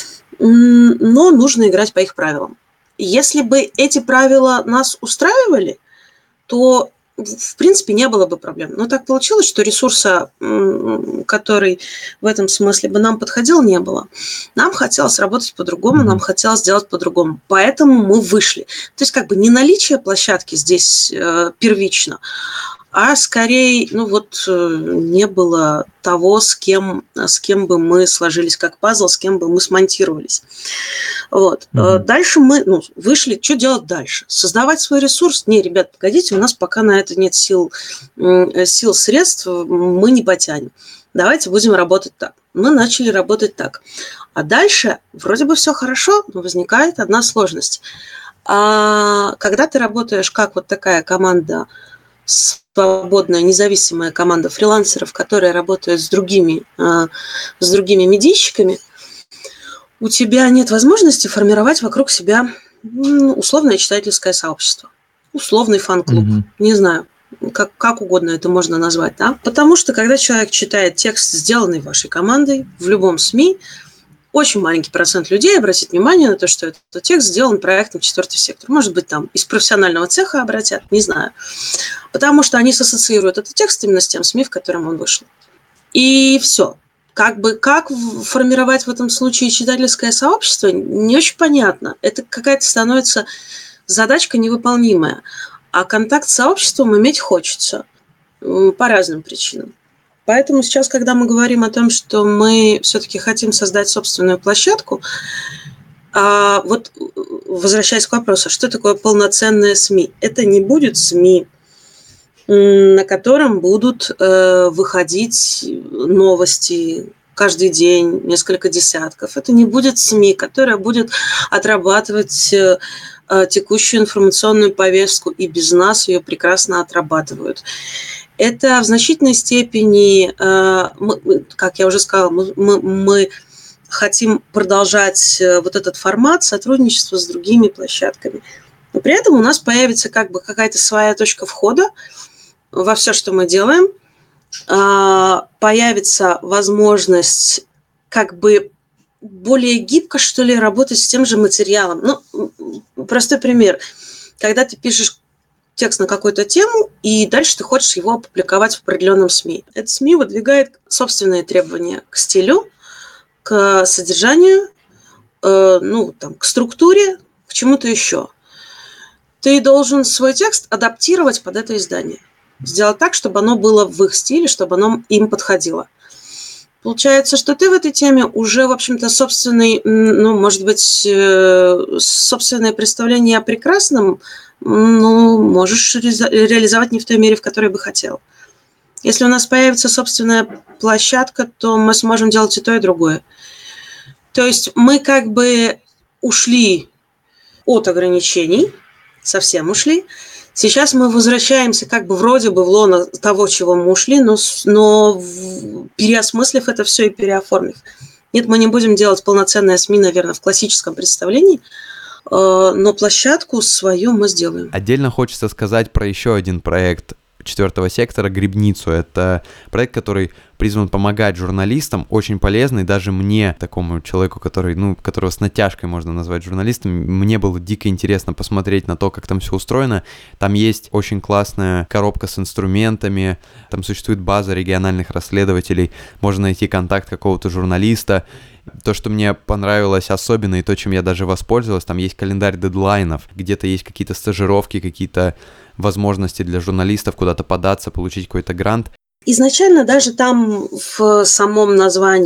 но нужно играть по их правилам. Если бы эти правила нас устраивали, то в принципе, не было бы проблем. Но так получилось, что ресурса, который в этом смысле бы нам подходил, не было. Нам хотелось работать по-другому, нам хотелось сделать по-другому. Поэтому мы вышли. То есть, как бы не наличие площадки здесь первично, а скорее, не было того, с кем бы мы сложились как пазл, с кем бы мы смонтировались. Вот. Дальше мы вышли. Что делать дальше? Создавать свой ресурс? Не, ребят, погодите, у нас пока на это нет сил, средств, мы не потянем. Давайте будем работать так. Мы начали работать так. А дальше вроде бы все хорошо, но возникает одна сложность. Когда ты работаешь как вот такая команда, свободная, независимая команда фрилансеров, которые работают с другими медийщиками, у тебя нет возможности формировать вокруг себя условное читательское сообщество, условный фан-клуб, не знаю, как угодно это можно назвать, да? Потому что когда человек читает текст, сделанный вашей командой в любом СМИ, очень маленький процент людей обратит внимание на то, что этот текст сделан проектом «Четвертый сектор». Может быть, там из профессионального цеха обратят, не знаю. Потому что они ассоциируют этот текст именно с тем СМИ, в котором он вышел. И все. Как формировать в этом случае читательское сообщество, не очень понятно. Это какая-то становится задачка невыполнимая. А контакт с сообществом иметь хочется по разным причинам. Поэтому сейчас, когда мы говорим о том, что мы все-таки хотим создать собственную площадку, вот возвращаясь к вопросу, что такое полноценное СМИ? Это не будет СМИ, на котором будут выходить новости каждый день, несколько десятков. Это не будет СМИ, которая будет отрабатывать текущую информационную повестку, и без нас ее прекрасно отрабатывают. Это в значительной степени, как я уже сказала, мы хотим продолжать вот этот формат сотрудничества с другими площадками. Но при этом у нас появится какая-то своя точка входа во все, что мы делаем. Появится возможность более гибко, что ли, работать с тем же материалом. Простой пример. Когда ты пишешь текст на какую-то тему, и дальше ты хочешь его опубликовать в определенном СМИ. Это СМИ выдвигает собственные требования к стилю, к содержанию, к структуре, к чему-то еще. Ты должен свой текст адаптировать под это издание. Сделать так, чтобы оно было в их стиле, чтобы оно им подходило. Получается, что ты в этой теме уже, в общем-то, собственное представление о прекрасном можешь реализовать не в той мере, в которой бы хотел. Если у нас появится собственная площадка, то мы сможем делать и то, и другое. То есть мы ушли от ограничений, совсем ушли. Сейчас мы возвращаемся вроде бы в лоно того, чего мы ушли, но переосмыслив это все и переоформив. Нет, мы не будем делать полноценное СМИ, наверное, в классическом представлении, но площадку свою мы сделаем.
Отдельно хочется сказать про еще один проект четвертого сектора «Грибницу». Это проект, который призван помогать журналистам, очень полезный. Даже мне, такому человеку, которого с натяжкой можно назвать журналистом, мне было дико интересно посмотреть на то, как там все устроено. Там есть очень классная коробка с инструментами, там существует база региональных расследователей, можно найти контакт какого-то журналиста. То, что мне понравилось особенно, и то, чем я даже воспользовался, там есть календарь дедлайнов, где-то есть какие-то стажировки, какие-то возможности для журналистов куда-то податься, получить какой-то грант.
Изначально даже там в самом названии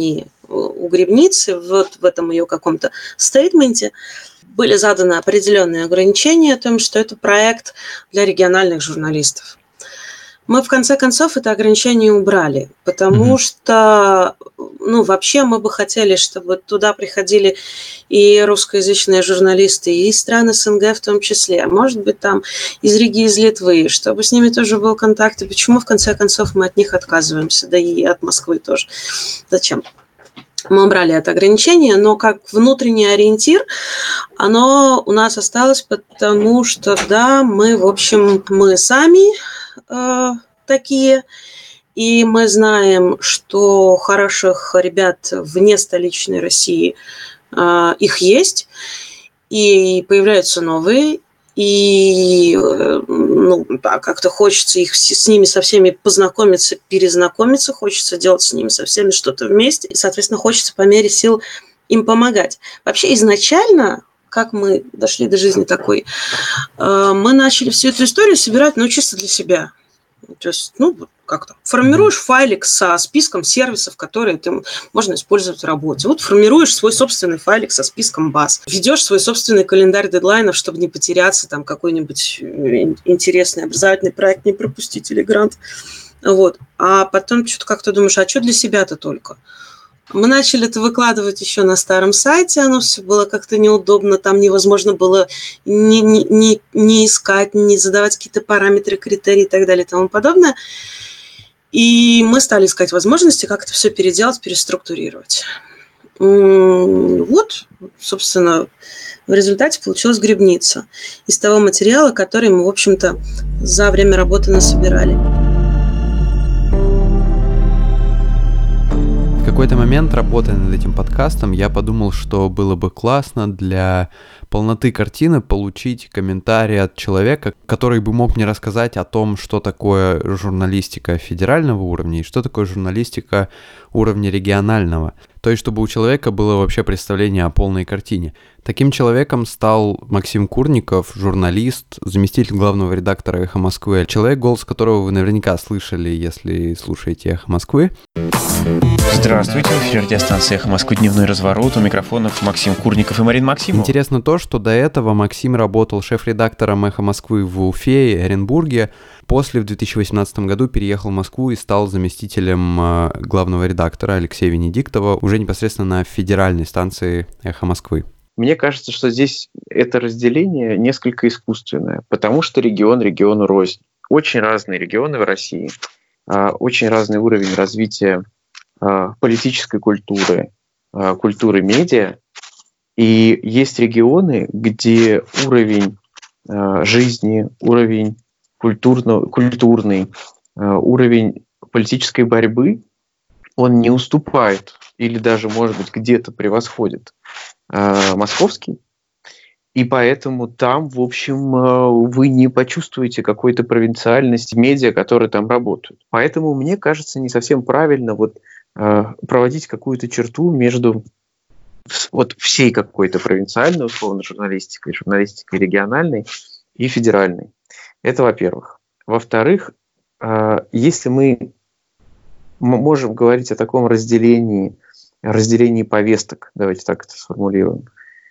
у Гребницы, вот в этом ее каком-то стейтменте, были заданы определенные ограничения о том, что это проект для региональных журналистов. Мы, в конце концов, это ограничение убрали, потому что, вообще мы бы хотели, чтобы туда приходили и русскоязычные журналисты, и из стран СНГ в том числе, может быть, там из Риги, из Литвы, чтобы с ними тоже был контакт. И почему, в конце концов, мы от них отказываемся, да и от Москвы тоже. Зачем? Мы убрали это ограничение, но как внутренний ориентир оно у нас осталось, потому что, да, мы, в общем, мы сами такие, и мы знаем, что хороших ребят вне столичной России их есть, и появляются новые, и как-то хочется их с ними со всеми познакомиться, перезнакомиться, хочется делать с ними со всеми что-то вместе, и, соответственно, хочется по мере сил им помогать. Вообще изначально, как мы дошли до жизни такой, мы начали всю эту историю собирать, чисто для себя. То есть, как-то формируешь файлик со списком сервисов, которые можно использовать в работе. Вот формируешь свой собственный файлик со списком баз. Ведешь свой собственный календарь дедлайнов, чтобы не потеряться, там какой-нибудь интересный образовательный проект не пропустить или грант. Вот. А потом что-то как-то думаешь, а что для себя-то только? Мы начали это выкладывать еще на старом сайте, оно все было как-то неудобно, там невозможно было не искать, не задавать какие-то параметры, критерии и так далее и тому подобное. И мы стали искать возможности, как это все переделать, переструктурировать. Вот, собственно, в результате получилась Гребница из того материала, который мы, в общем-то, за время работы насобирали.
В какой-то момент, работая над этим подкастом, я подумал, что было бы классно для полноты картины получить комментарий от человека, который бы мог мне рассказать о том, что такое журналистика федерального уровня и что такое журналистика уровня регионального. То есть, чтобы у человека было вообще представление о полной картине. Таким человеком стал Максим Курников, журналист, заместитель главного редактора «Эхо Москвы», человек, голос которого вы наверняка слышали, если слушаете «Эхо Москвы».
Здравствуйте, в эфире радиостанции «Эхо Москвы», «Дневной разворот», у микрофонов Максим Курников и Марина Максимова.
Интересно то, что до этого Максим работал шеф-редактором «Эхо Москвы» в Уфе и Оренбурге. После в 2018 году переехал в Москву и стал заместителем главного редактора Алексея Венедиктова уже непосредственно на федеральной станции «Эхо Москвы».
Мне кажется, что здесь это разделение несколько искусственное, потому что регион региону рознь. Очень разные регионы в России, очень разный уровень развития политической культуры, культуры медиа. И есть регионы, где уровень жизни, уровень культурный, уровень политической борьбы, он не уступает или даже, может быть, где-то превосходит московский. И поэтому там, в общем, вы не почувствуете какой-то провинциальности медиа, которые там работают. Поэтому, мне кажется, не совсем правильно проводить какую-то черту между всей какой-то провинциальной, условно, журналистикой региональной и федеральной. Это во-первых. Во-вторых, если мы можем говорить о таком разделении повесток, давайте так это сформулируем,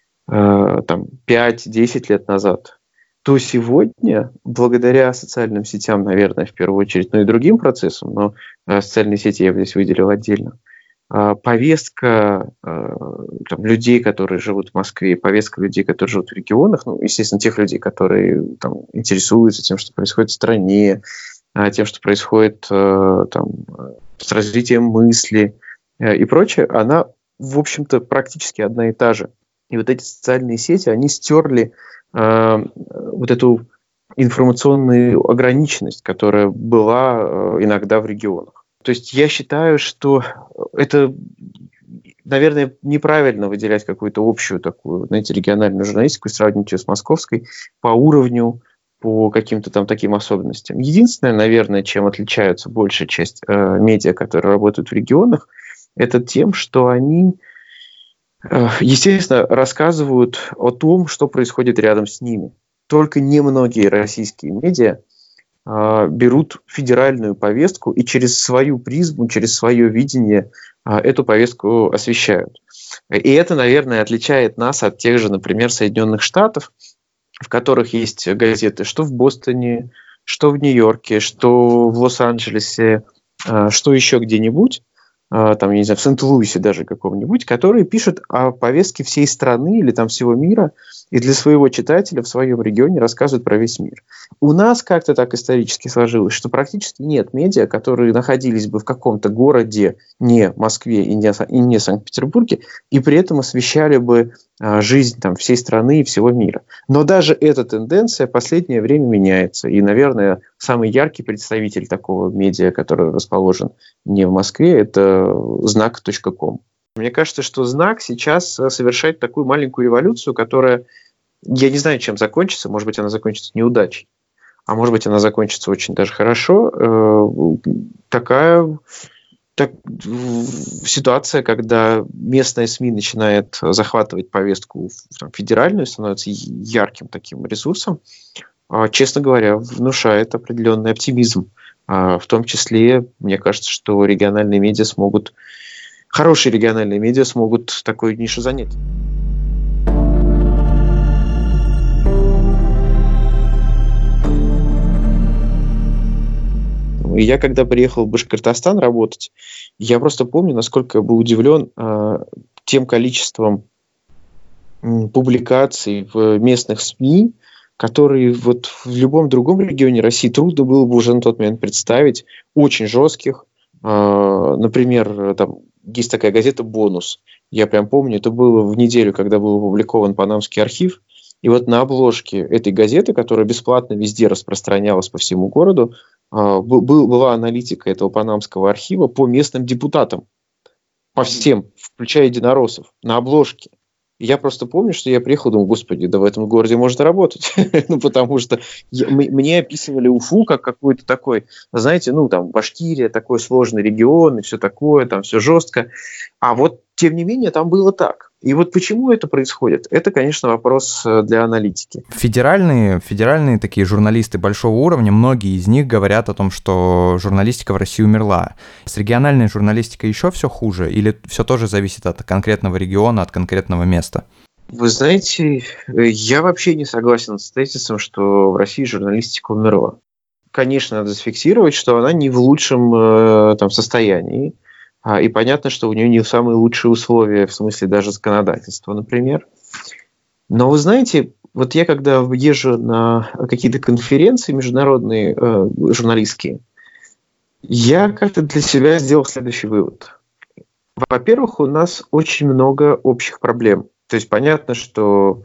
5-10 лет назад, то сегодня, благодаря социальным сетям, наверное, в первую очередь, но и другим процессам, но социальные сети я здесь выделил отдельно, повестка людей, которые живут в Москве, повестка людей, которые живут в регионах, естественно, тех людей, которые интересуются тем, что происходит в стране, тем, что происходит с развитием мысли и прочее, она, в общем-то, практически одна и та же. И вот эти социальные сети, они стерли вот эту информационную ограниченность, которая была иногда в регионах. То есть я считаю, что это, наверное, неправильно выделять какую-то общую такую, региональную журналистику и сравнивать ее с московской по уровню, по каким-то там таким особенностям. Единственное, наверное, чем отличаются большая часть медиа, которые работают в регионах, это тем, что они, естественно, рассказывают о том, что происходит рядом с ними. Только немногие российские медиа берут федеральную повестку и через свою призму, через свое видение эту повестку освещают. И это, наверное, отличает нас от тех же, например, Соединенных Штатов, в которых есть газеты что в Бостоне, что в Нью-Йорке, что в Лос-Анджелесе, что еще где-нибудь, там, я не знаю, в Сент-Луисе даже каком-нибудь, которые пишут о повестке всей страны или там всего мира, и для своего читателя в своем регионе рассказывают про весь мир. У нас как-то так исторически сложилось, что практически нет медиа, которые находились бы в каком-то городе, не Москве и не Санкт-Петербурге, и при этом освещали бы жизнь там, всей страны и всего мира. Но даже эта тенденция в последнее время меняется. И, наверное, самый яркий представитель такого медиа, который расположен не в Москве, это знак.ком. Мне кажется, что «Знак» сейчас совершает такую маленькую революцию, которая, я не знаю, чем закончится. Может быть, она закончится неудачей, а может быть, она закончится очень даже хорошо. Такая ситуация, когда местная СМИ начинает захватывать повестку федеральную, становится ярким таким ресурсом, честно говоря, внушает определенный оптимизм. В том числе, мне кажется, что региональные медиа смогут, хорошие региональные медиа смогут такую нишу занять. И я, когда приехал в Башкортостан работать, я просто помню, насколько я был удивлен тем количеством публикаций в местных СМИ, которые вот в любом другом регионе России трудно было бы уже на тот момент представить, очень жестких. Например, там есть такая газета «Бонус». Я прям помню, это было в неделю, когда был опубликован Панамский архив. И вот на обложке этой газеты, которая бесплатно везде распространялась по всему городу, была аналитика этого Панамского архива по местным депутатам. По всем, включая единороссов, на обложке. И я просто помню, что я приехал, думаю, господи, да в этом городе можно работать. Ну, потому что мне описывали Уфу как какой-то такой, знаете, ну, там, Башкирия, такой сложный регион, и все такое, там все жестко. А вот, тем не менее, там было так. И вот почему это происходит? Это, конечно, вопрос для аналитики.
Федеральные такие журналисты большого уровня, многие из них говорят о том, что журналистика в России умерла. С региональной журналистикой еще все хуже? Или все тоже зависит от конкретного региона, от конкретного места?
Вы знаете, я вообще не согласен с тезисом, что в России журналистика умерла. Конечно, надо зафиксировать, что она не в лучшем состоянии. И понятно, что у нее не самые лучшие условия, в смысле даже законодательства, например. Но вы знаете, вот я когда езжу на какие-то конференции международные, журналистские, я как-то для себя сделал следующий вывод. Во-первых, у нас очень много общих проблем. То есть понятно, что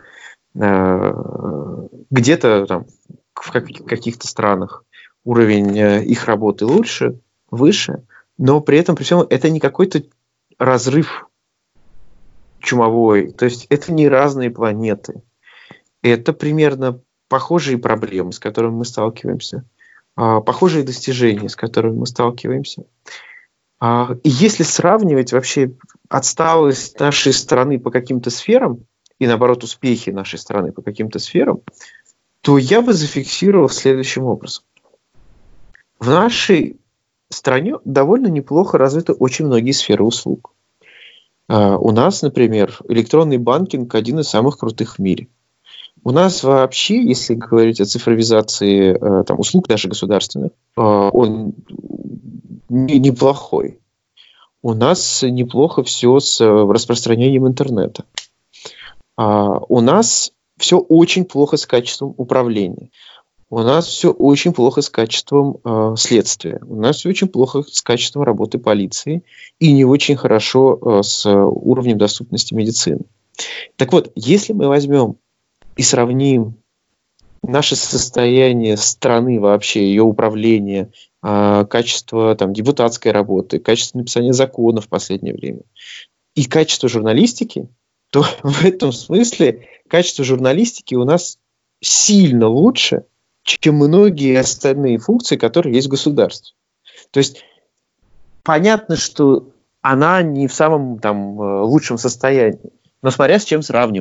где-то там в каких-то странах уровень их работы лучше, выше, но при этом, при всем, это не какой-то разрыв чумовой. То есть это не разные планеты. Это примерно похожие проблемы, с которыми мы сталкиваемся. Похожие достижения, с которыми мы сталкиваемся. И если сравнивать вообще отсталость нашей страны по каким-то сферам и, наоборот, успехи нашей страны по каким-то сферам, то я бы зафиксировал следующим образом. В нашей стране довольно неплохо развиты очень многие сферы услуг. У нас, например, электронный банкинг один из самых крутых в мире. У нас вообще, если говорить о цифровизации услуг даже государственных, он неплохой. У нас неплохо все с распространением интернета. У нас все очень плохо с качеством управления. У нас все очень плохо с качеством следствия. У нас все очень плохо с качеством работы полиции и не очень хорошо с уровнем доступности медицины. Так вот, если мы возьмем и сравним наше состояние страны вообще, ее управление, качество депутатской работы, качество написания законов в последнее время и качество журналистики, то в этом смысле качество журналистики у нас сильно лучше, чем многие остальные функции, которые есть в государстве. То есть понятно, что она не в самом лучшем состоянии, но смотря с чем сравнивать.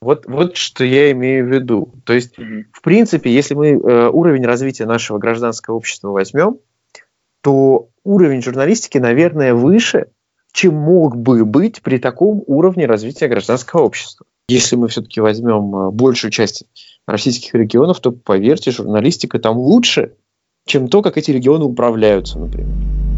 Вот что я имею в виду. То есть, в принципе, если мы уровень развития нашего гражданского общества возьмем, то уровень журналистики, наверное, выше, чем мог бы быть при таком уровне развития гражданского общества. Если мы все-таки возьмем большую часть российских регионов, то, поверьте, журналистика там лучше, чем то, как эти регионы управляются, например.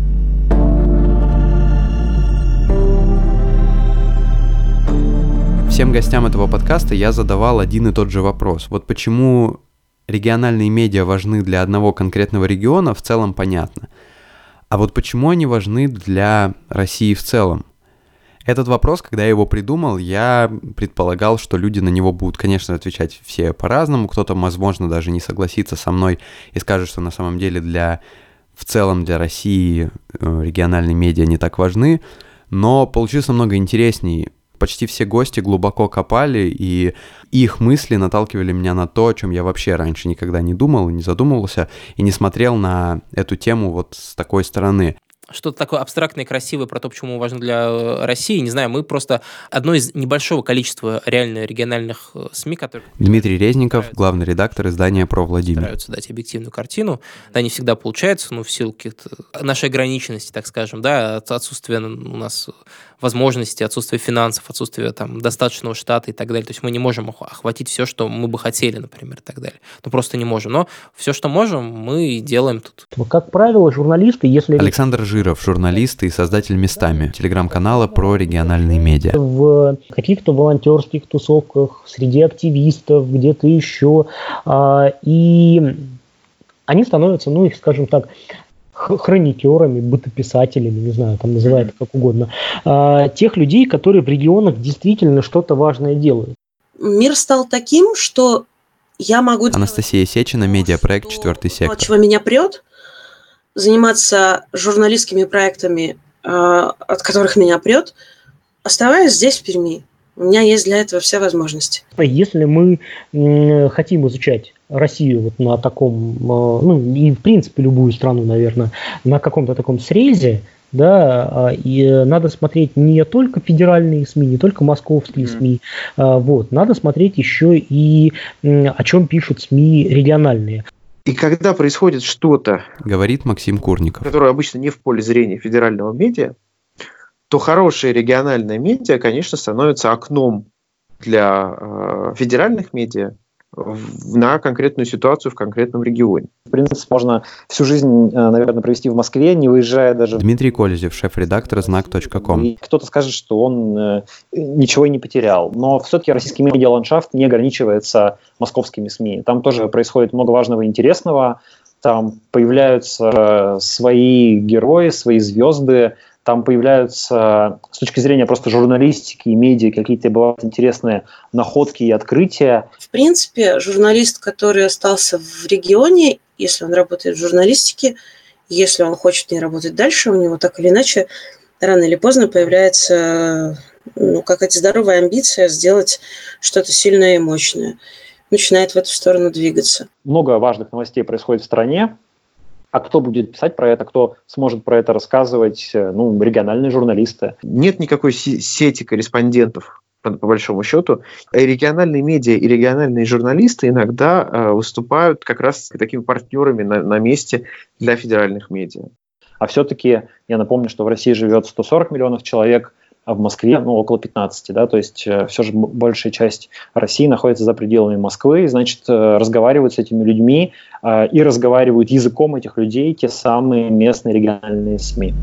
Всем гостям этого подкаста я задавал один и тот же вопрос. Вот почему региональные медиа важны для одного конкретного региона, в целом понятно. А вот почему они важны для России в целом? Этот вопрос, когда я его придумал, я предполагал, что люди на него будут, конечно, отвечать все по-разному. Кто-то, возможно, даже не согласится со мной и скажет, что на самом деле в целом для России региональные медиа не так важны. Но получилось намного интереснее. Почти все гости глубоко копали, и их мысли наталкивали меня на то, о чем я вообще раньше никогда не думал, не задумывался, и не смотрел на эту тему вот с такой стороны.
Что-то такое абстрактное и красивое про то, почему важно для России, не знаю, мы просто одно из небольшого количества реально региональных СМИ, которые...
Дмитрий Резников, главный редактор издания «Про Владимир».
Стараются дать объективную картину, да, не всегда получается, в силу каких-то нашей ограниченности, так скажем, да, отсутствия у нас возможностей, отсутствие финансов, отсутствие там достаточного штата и так далее. То есть мы не можем охватить все, что мы бы хотели, например, и так далее. Просто не можем. Но все, что можем, мы делаем тут.
Как правило, журналисты, если...
Александр Жиров, журналист и создатель «Местами», телеграм-канала про региональные медиа.
В каких-то волонтерских тусовках, среди активистов, где-то еще. И они становятся, их, скажем так, хроникерами, бытописателями, не знаю, там называют это как угодно, тех людей, которые в регионах действительно что-то важное делают.
Мир стал таким, что я могу...
Анастасия Сечина, медиапроект «Четвертый сектор».
Чего меня прет, заниматься журналистскими проектами, от которых меня прет, оставаясь здесь, в Перми. У меня есть для этого все возможности.
Если мы хотим изучать Россию вот на таком, и в принципе любую страну, наверное, на каком-то таком срезе, да, и надо смотреть не только федеральные СМИ, не только московские СМИ, надо смотреть еще и о чем пишут СМИ региональные.
И когда происходит что-то,
говорит Максим Курников,
которое обычно не в поле зрения федерального медиа, то хорошие региональные медиа, конечно, становятся окном для федеральных медиа на конкретную ситуацию в конкретном регионе.
В принципе, можно всю жизнь, наверное, провести в Москве, не выезжая даже...
Дмитрий Колезев, шеф-редактор знак.ком.
Кто-то скажет, что он ничего не потерял. Но все-таки российский медиаландшафт не ограничивается московскими СМИ. Там тоже происходит много важного и интересного. Там появляются свои герои, свои звезды. Там появляются, с точки зрения просто журналистики и медиа, какие-то бывают интересные находки и открытия.
В принципе, журналист, который остался в регионе, если он работает в журналистике, если он хочет не работать дальше, у него так или иначе рано или поздно появляется какая-то здоровая амбиция сделать что-то сильное и мощное. Начинает в эту сторону двигаться.
Много важных новостей происходит в стране. А кто будет писать про это, кто сможет про это рассказывать? Региональные журналисты.
Нет никакой сети корреспондентов, по большому счету. Региональные медиа и региональные журналисты иногда выступают как раз такими партнерами на месте для федеральных медиа.
А все-таки, я напомню, что в России живет 140 миллионов человек, а в Москве около 15, да, то есть все же большая часть России находится за пределами Москвы, и, значит, разговаривают с этими людьми и разговаривают языком этих людей те самые местные региональные СМИ.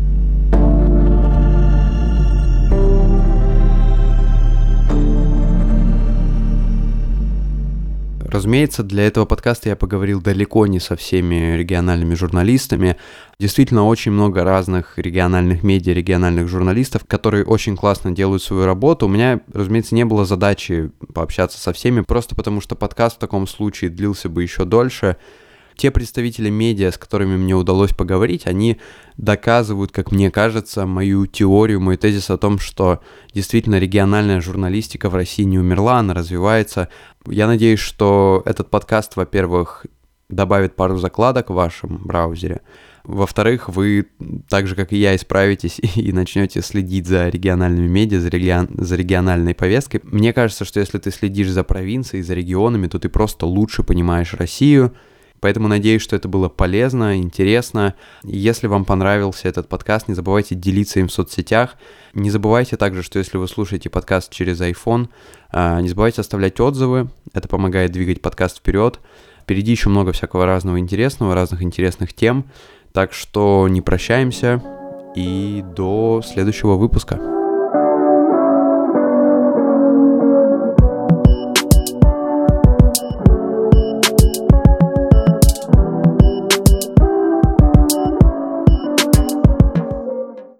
Разумеется, для этого подкаста я поговорил далеко не со всеми региональными журналистами. Действительно, очень много разных региональных медиа, региональных журналистов, которые очень классно делают свою работу. У меня, разумеется, не было задачи пообщаться со всеми, просто потому что подкаст в таком случае длился бы еще дольше. Те представители медиа, с которыми мне удалось поговорить, они доказывают, как мне кажется, мою теорию, мой тезис о том, что действительно региональная журналистика в России не умерла, она развивается. Я надеюсь, что этот подкаст, во-первых, добавит пару закладок в вашем браузере, Во-вторых, вы так же, как и я, исправитесь и начнете следить за региональными медиа, за региональной повесткой. Мне кажется, что если ты следишь за провинцией, за регионами, то ты просто лучше понимаешь Россию. Поэтому надеюсь, что это было полезно, интересно. Если вам понравился этот подкаст, не забывайте делиться им в соцсетях. Не забывайте также, что если вы слушаете подкаст через iPhone, не забывайте оставлять отзывы. Это помогает двигать подкаст вперед. Впереди еще много всякого разного интересного, разных интересных тем. Так что не прощаемся и до следующего выпуска.